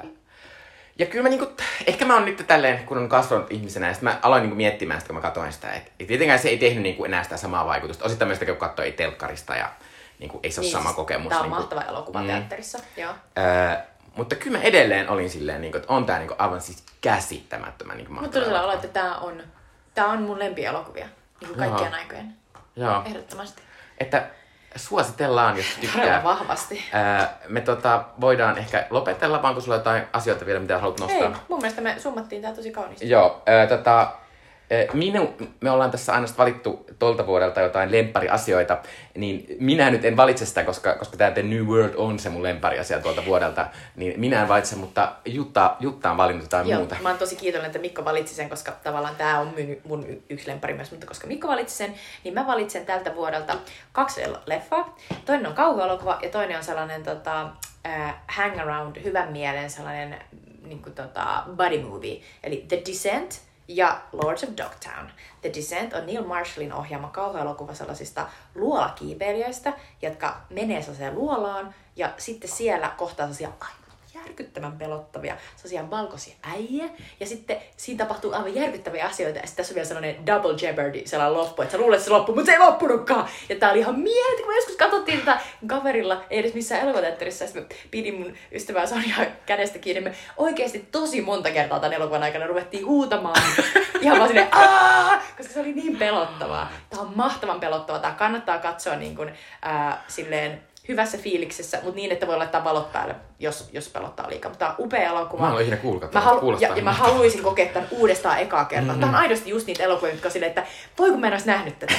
Ja kyllä mä niinku, ehkä mä oon nyt tälleen, kun on kasvanut ihmisenä, ja sitten mä aloin niinku miettimään sitä, kun mä katsoin sitä, että et tietenkään se ei tehnyt niinku enää sitä samaa vaikutusta. Osittain myös sitä, kun katsoi telkkarista ja niinku, ei se ole niin, sama kokemus. Tää on niinku, mahtava elokuva mm. teatterissa, joo. Öö, mutta kyllä mä edelleen olin silleen, niinku, että on tää niinku aivan siis käsittämättömän niinku mahtava. Mutta todella aloin, että tää on, tää on mun lempielokuvia, niinku kaikkien aikojen. Joo. Ehdottomasti. Että suositellaan, jos tykkää. Todella vahvasti. Ää, me tota, voidaan ehkä lopetella, vaan kun sulla on jotain asioita vielä, mitä haluat nostaa. Ei, mun mielestä me summattiin tää tosi kauniisti. Joo, ää, tota, Minu, me ollaan tässä aina valittu tolta vuodelta jotain lemppariasioita, niin minä nyt en valitse sitä, koska, koska tämä The New World on se mun lemppariasia tuolta vuodelta, niin minä en valitse, mutta Jutta, Jutta on valinnut jotain Joo, muuta. Mä oon tosi kiitollinen, että Mikko valitsi sen, koska tavallaan tää on mun, mun yksi lemppari myös, mutta koska Mikko valitsi sen, niin mä valitsen tältä vuodelta kaksi leffaa. Toinen on kauhuelokuva ja toinen on sellainen tota, äh, hang around, hyvän mielen sellainen niin kuin, tota, buddy movie, eli The Descent ja Lords of Dogtown. The Descent on Neil Marshallin ohjaama kauhuelokuva sellaisista luolakiipeilijöistä, jotka menee sellaiseen luolaan ja sitten siellä kohtaa sellaisia aivan järkyttävän pelottavia, sellaisia valkoisia äijä. Ja sitten siinä tapahtuu aivan järkyttäviä asioita. Ja sitten tässä on vielä sellainen double jeopardy, sellainen loppu, että sä luulet, että se loppuu, mutta se ei loppunutkaan. Ja tää oli ihan mieltä, kun me joskus katsottiin tätä kaverilla, ei edes missään elokuvateatterissa. Ja sitten mä pidin mun ystävää Sonjaa kädestä kiinni. Me oikeasti tosi monta kertaa tämän elokuvan aikana ruvettiin huutamaan. Ihan vaan silleen, aah! Koska se oli niin pelottavaa. Tää on mahtavan pelottavaa. Tää kannattaa katsoa niin kuin, äh, silleen, hyvässä fiiliksessä, mutta niin, että voi laittaa valot päälle, jos, jos pelottaa liikaa. Mutta tämä on upea elokuva. Mä en ole ikinä kuullut, mä halu- ja, ja mä haluaisin kokea tämän uudestaan ekaa kertaa. Mm-hmm. Tämä on aidosti just niitä elokuvia, jotka on silleen, että voi kun mä en olisi nähnyt tätä.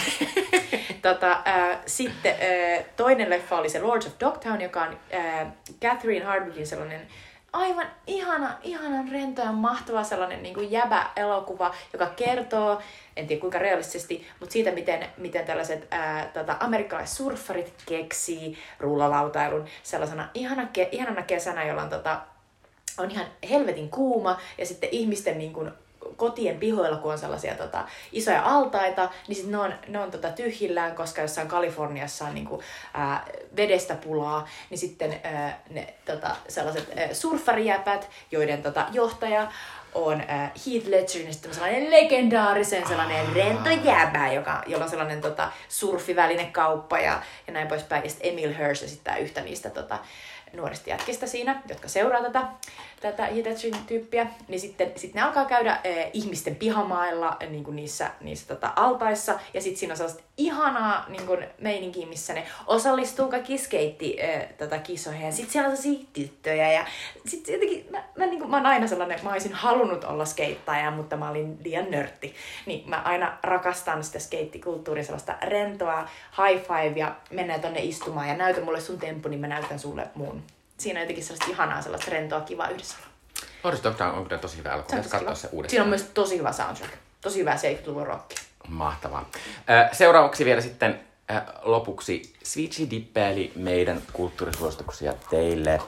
tota, äh, sitten äh, toinen leffa oli se Lords of Dogtown, joka on äh, Catherine Hardwickin sellainen aivan ihana, ihanan rento ja mahtava sellainen niin kuin jäbä-elokuva, joka kertoo, en tiedä kuinka realistisesti, mutta siitä, miten, miten tällaiset ää, tota, amerikkalaissurffarit keksii rullalautailun sellaisena ihana, ihanana kesänä, jolla on, tota, on ihan helvetin kuuma ja sitten ihmisten niin kuin, kotien pihoilla, kun on sellaisia tota, isoja altaita, niin sit ne on, ne on tota, tyhjillään, koska jossain Kaliforniassa on niinku, ää, vedestä pulaa, niin sitten ää, ne tota, sellaiset ää, surffarijäpät, joiden tota, johtaja on ää, Heath Ledger, niin sitten sellainen legendaarisen sellainen rento jäbä, joka, jolla on sellainen tota, surfivälinekauppa ja, ja näin poispäin. Ja sitten Emil Hirsch esittää yhtä niistä tota, nuorista jätkistä siinä, jotka seuraa tätä, tätä Heath Ledgerin tyyppiä, niin sitten sit ne alkaa käydä eh, ihmisten pihamailla niin kuin niissä, niissä tota, altaissa, ja sitten siinä on sellaista ihanaa niin kuin meininkiä, missä ne osallistuu kaikki skeitti eh, tota, kisoihin, ja sitten siellä on sellaisia tyttöjä, ja sitten jotenkin, mä, mä, niin kuin, mä oon aina sellainen, mä olisin halunnut olla skeittaja, mutta mä olin liian nörtti, niin mä aina rakastan sitä skeittikulttuuria, sellaista rentoa, high five, ja mennään tonne istumaan, ja näytä mulle sun temppu, niin mä näytän sulle mun. Siinä on jotenkin sellaista ihanaa, sellaista rentoa, kivaa yhdessä. Lords of Dogtown on kyllä tosi hyvä elokuva. Se katsoa se uudestaan. Siinä on myös tosi hyvä soundtrack. Tosi hyvä seitsemänkymmentäluvun rock. Mahtavaa. Seuraavaksi vielä sitten lopuksi Switchy Dippe, eli meidän kulttuurisuosituksia teille.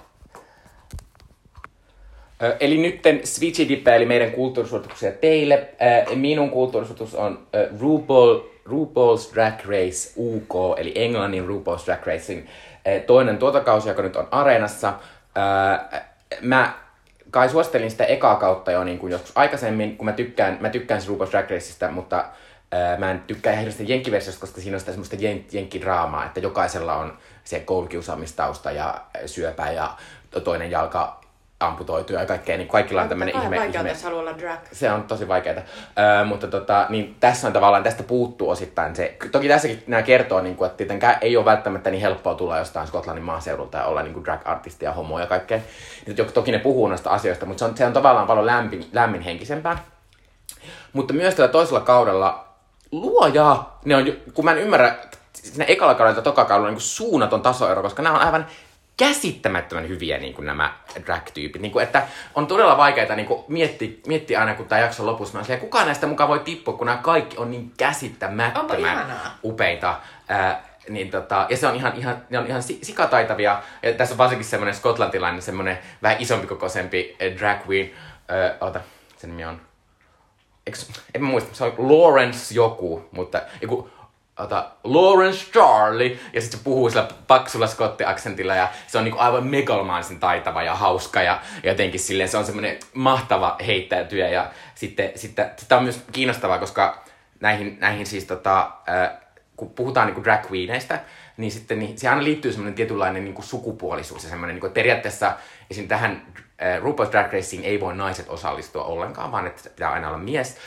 Eli nytten Switchy Dippe, eli meidän kulttuurisuosituksia teille. Minun kulttuurisuositus on RuPaul, RuPaul's Drag Race U K, eli Englannin RuPaul's Drag Racing toinen tuotokausi, joka nyt on Areenassa. Mä kai suosittelin sitä ekaa kautta jo niin kuin joskus aikaisemmin, kun mä tykkään, mä tykkään RuPaul's Drag Raceista, mutta mä en tykkää ihan hirveästi jenkkiversiosta, koska siinä on sitä semmoista jen, jenkkidraamaa, että jokaisella on se koulukiusaamistausta ja syöpä ja toinen jalka amputoitu ja kaikkea, niin kaikilla on tämmönen ihme. Vaikea, jos haluaa olla drag. Se on tosi vaikeaa. Öö, mutta tota, niin tässä on tavallaan, tästä puuttuu osittain se. Toki tässäkin nämä kertoo, niin kuin, että tietenkään ei ole välttämättä niin helppoa tulla jostain Skotlannin maaseudulta ja olla niin kuin drag-artisti ja homo ja kaikkea. Toki ne puhuu noista asioista, mutta se on, se on tavallaan paljon lämmin, lämminhenkisempää. Mutta myös tällä toisella kaudella luoja, ne on, kun mä en ymmärrä, siinä ekalla kaudella ja toka kaudella on niin suunnaton tasoero, koska nämä on aivan käsittämättömän hyviä niin kuin nämä drag-tyypit. Niin kuin, että on todella vaikeaa niin kuin miettiä, miettiä aina, kun tämä jakson lopussa on silleen, kukaan näistä mukaan voi tippua, kun nämä kaikki on niin käsittämättömän upeita. Ää, niin tota, ja se on ihan, ihan, ne on ihan sikataitavia. Ja tässä on varsinkin semmoinen skotlantilainen, semmoinen vähän isompi kokoisempi drag queen. Ää, ota, sen nimi on... Eiks, en mä muista, se on Lawrence joku, mutta... Joku, Ota, Lawrence Charlie, ja sitten se puhuu sillä paksulla skotti-aksentilla, ja se on niinku aivan megalomaanisen taitava ja hauska, ja jotenkin silleen se on semmoinen mahtava heittäytyjä, ja sitten, sitten tämä on myös kiinnostavaa, koska näihin, näihin siis tota, äh, kun puhutaan niinku drag queeneistä, niin sitten niin, se aina liittyy semmoinen tietynlainen niinku sukupuolisuus, ja semmoinen niinku periaatteessa esim. Tähän äh, RuPaul's Drag Racing ei voi naiset osallistua ollenkaan, vaan että pitää aina olla mies.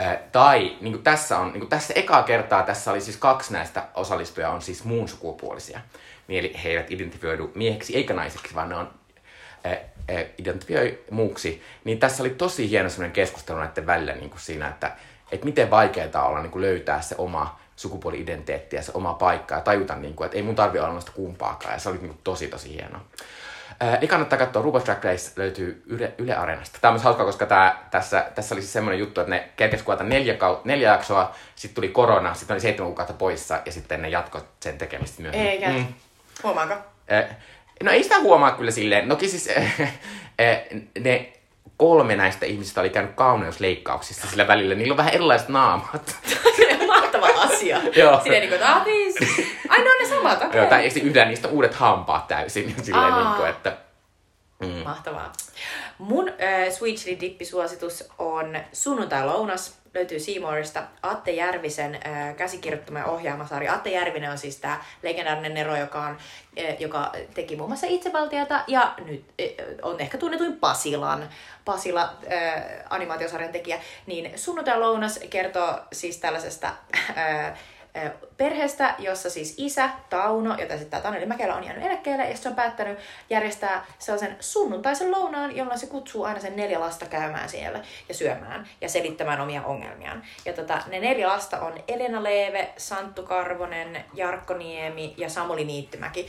Äh, tai niin kuin tässä on, niin kuin tässä ekaa kertaa, tässä oli siis kaksi näistä osallistujaa on siis muun sukupuolisia. Eli he eivät identifioidu mieheksi eikä naiseksi, vaan ne on äh, äh, identifioi muuksi. Niin tässä oli tosi hieno sellainen keskustelu näiden välillä niin kuin siinä, että et miten vaikeaa olla niin kuin löytää se oma sukupuoli-identiteetti ja se oma paikka ja tajuta, niin kuin, että ei mun tarvitse olla noista kumpaakaan. Ja se oli niin kuin tosi tosi hienoa. Äh, niin kannattaa katsoa, RuPaul's Drag Race löytyy Yle, Yle Areenasta. Tämä on myös hauskaa, koska tää, tässä, tässä oli siis semmoinen juttu, että ne kerkesi kuvata neljä, neljä jaksoa, sitten tuli korona, sitten oli seitsemän kuukautta poissa ja sitten ne jatkoi sen tekemistä myöhemmin. Eikä. Mm. Huomaako? Äh, no ei sitä huomaa kyllä silleen. Nokin siis äh, äh, ne kolme näistä ihmisistä oli käynyt kauneusleikkauksissa sillä välillä. Niillä on vähän erilaiset naamat. Mahtava asia. Joo. Silleen niin kuin, ah viis. Ai ne on ne samat, okei. Joo, tai yhdellä niistä on uudet hampaat täysin. Silleen niin kuin, että... Mm. Mahtavaa. Mun äh, Sweet Chili Dippi-suositus on Sunnuntai-lounas. Löytyy C Moreista. Atte Järvisen äh, käsikirjoittama ja ohjaama sarja. Atte Järvinen on siis tää legendaarinen nero, joka, on, äh, joka teki muun muassa Itsevaltiota ja nyt äh, on ehkä tunnetuin Pasilan. Pasila, äh, animaatiosarjan tekijä. Niin Sunnuntai-lounas kertoo siis tällaisesta... Äh, perheestä, jossa siis isä, Tauno, jota sitten Taneli Mäkelä on jäänyt eläkkeelle, ja se on päättänyt järjestää sellaisen sunnuntaisen lounaan, jolla se kutsuu aina sen neljä lasta käymään siellä ja syömään ja selittämään omia ongelmiaan. Ja tota, ne neljä lasta on Elena Leeve, Santtu Karvonen, Jarkko Niemi ja Samuli Niittymäki.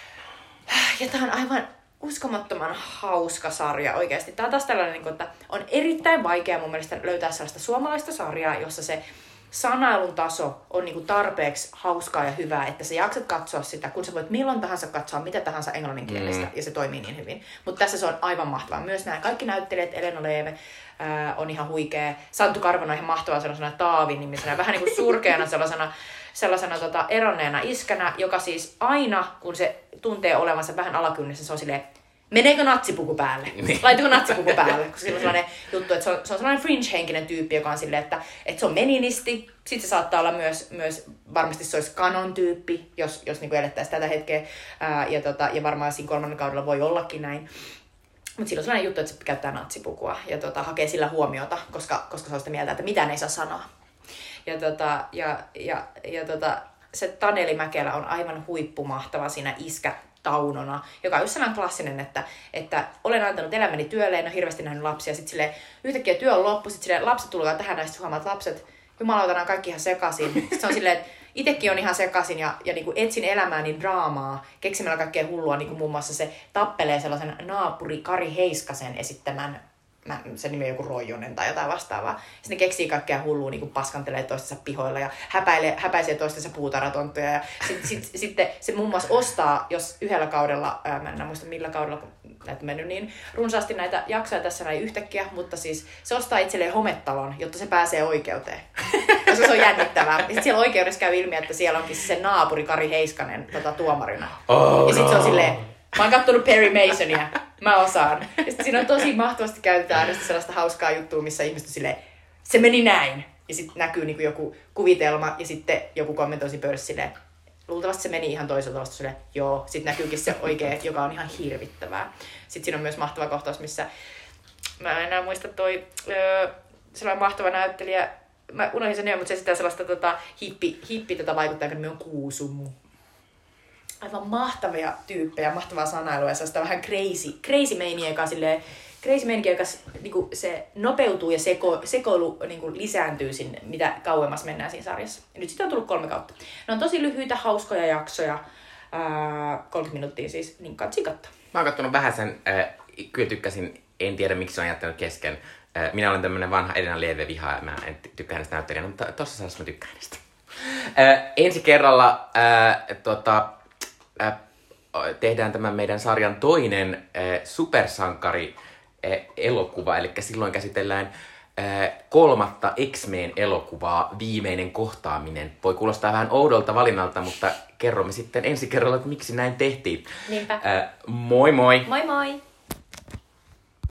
Ja tää on aivan uskomattoman hauska sarja oikeasti. Tää on taas tällainen, että on erittäin vaikea mun mielestä löytää sellaista suomalaista sarjaa, jossa se sanailun taso on niinku tarpeeksi hauskaa ja hyvää, että sä jaksat katsoa sitä, kun sä voit milloin tahansa katsoa mitä tahansa englanninkielistä, mm. ja se toimii niin hyvin. Mutta tässä se on aivan mahtavaa. Myös nämä kaikki näyttelijät, Elena Leeve ää, on ihan huikea. Santtu Karvonen on ihan mahtavaa sellaisena Taavin nimisenä, vähän niin kuin surkeana sellaisena, sellaisena tota, eronneena iskänä, joka siis aina, kun se tuntee olevansa vähän alakynnessä, se on silleen, meneekö natsipuku päälle? Niin. Laitako natsipuku päälle? Koska sillä on sellainen juttu, että se on, se on sellainen fringe-henkinen tyyppi, joka on silleen, että, että se on meninisti. Sitten se saattaa olla myös, myös varmasti se olisi kanon-tyyppi, jos, jos niin elettäisiin tätä hetkeä. Ää, ja, tota, ja varmaan siinä kolmannen kaudella voi ollakin näin. Mutta sillä on sellainen juttu, että se käyttää natsipukua ja tota, hakee sillä huomiota, koska, koska se on sitä mieltä, että mitään ei saa sanoa. Ja, tota, ja, ja, ja tota, se Taneli Mäkelä on aivan huippumahtava siinä iskä Taunona, joka on just sellainen klassinen, että, että olen antanut elämäni työlle, en ole hirveästi nähnyt lapsia, sitten silleen, yhtäkkiä työ on loppu, sitten silleen, lapset tulevat tähän, ja sitten huomaa, että lapset, jumalauta, on kaikki ihan sekaisin. Sitten se on silleen, että itsekin on ihan sekaisin ja, ja niin kuin etsin elämääni draamaa, keksimällä kaikkea hullua, niin kuin muun muassa se tappelee sellaisen naapuri Kari Heiskasen esittämän, mä, sen nimi on joku Roijonen tai jotain vastaavaa. Sitten ne keksii kaikkea hullua, niin kuin paskantelee toistensa pihoilla ja häpäilee, häpäisee toistensa puutaratonttuja. Ja sitten sit, sit, se muun muassa ostaa, jos yhdellä kaudella, ää, mä en muista millä kaudella, näitä on mennyt niin runsaasti näitä jaksoja tässä näin yhtäkkiä, mutta siis se ostaa itselleen hometalon, jotta se pääsee oikeuteen. Koska se on jännittävää. Ja sitten siellä oikeudessa käy ilmi, että siellä onkin se naapuri Kari Heiskanen tota, tuomarina. Oh, ja sitten no. se on silleen, mä oon kattonut Perry Masonia, mä osaan. Ja sitten siinä on tosi mahtavasti käytetään aina sellaista hauskaa juttua, missä ihmiset on silleen, se meni näin. Ja sitten näkyy niinku joku kuvitelma ja sitten joku kommentoi siinä pöydässä silleen, luultavasti se meni ihan toisella tavalla silleen, joo. Sitten näkyykin se oikea, joka on ihan hirvittävää. Sitten siinä on myös mahtava kohtaus, missä, mä en enää muista toi, öö, sellainen mahtava näyttelijä, mä unohdin sen nimen, mutta se esittää sellaista tota, hippi, hippi tota vaikuttaa, joka nimi on Kuusumu. Aivan mahtavia tyyppejä, mahtavaa sanailua ja sellaista vähän crazy, crazy meiniä, joka silleen, crazy meiniä, joka niinku, se nopeutuu ja seko, sekoilu niinku, lisääntyy sinne, mitä kauemmas mennään siinä sarjassa. Ja nyt sitten on tullut kolme kautta. Ne on tosi lyhyitä, hauskoja jaksoja, ää, kolmekymmentä minuuttia siis, niin katsi katsoa. Mä oon kattonut vähän sen, äh, kyllä tykkäsin, en tiedä miksi se on jättänyt kesken. Äh, minä olen tämmönen vanha Elena Leeve viha ja mä en tykkää hänestä näyttelijänä, mutta tossa sarjassa mä tykkään hänestä. Äh, ensi kerralla äh, tota, äh, tehdään tämän meidän sarjan toinen äh, supersankari äh, elokuva, eli silloin käsitellään äh, kolmatta X-Men elokuvaa, Viimeinen kohtaaminen. Voi kuulostaa vähän oudolta valinnalta, mutta kerromme sitten ensi kerralla, että miksi näin tehtiin. Niinpä. Äh, moi moi! Moi moi!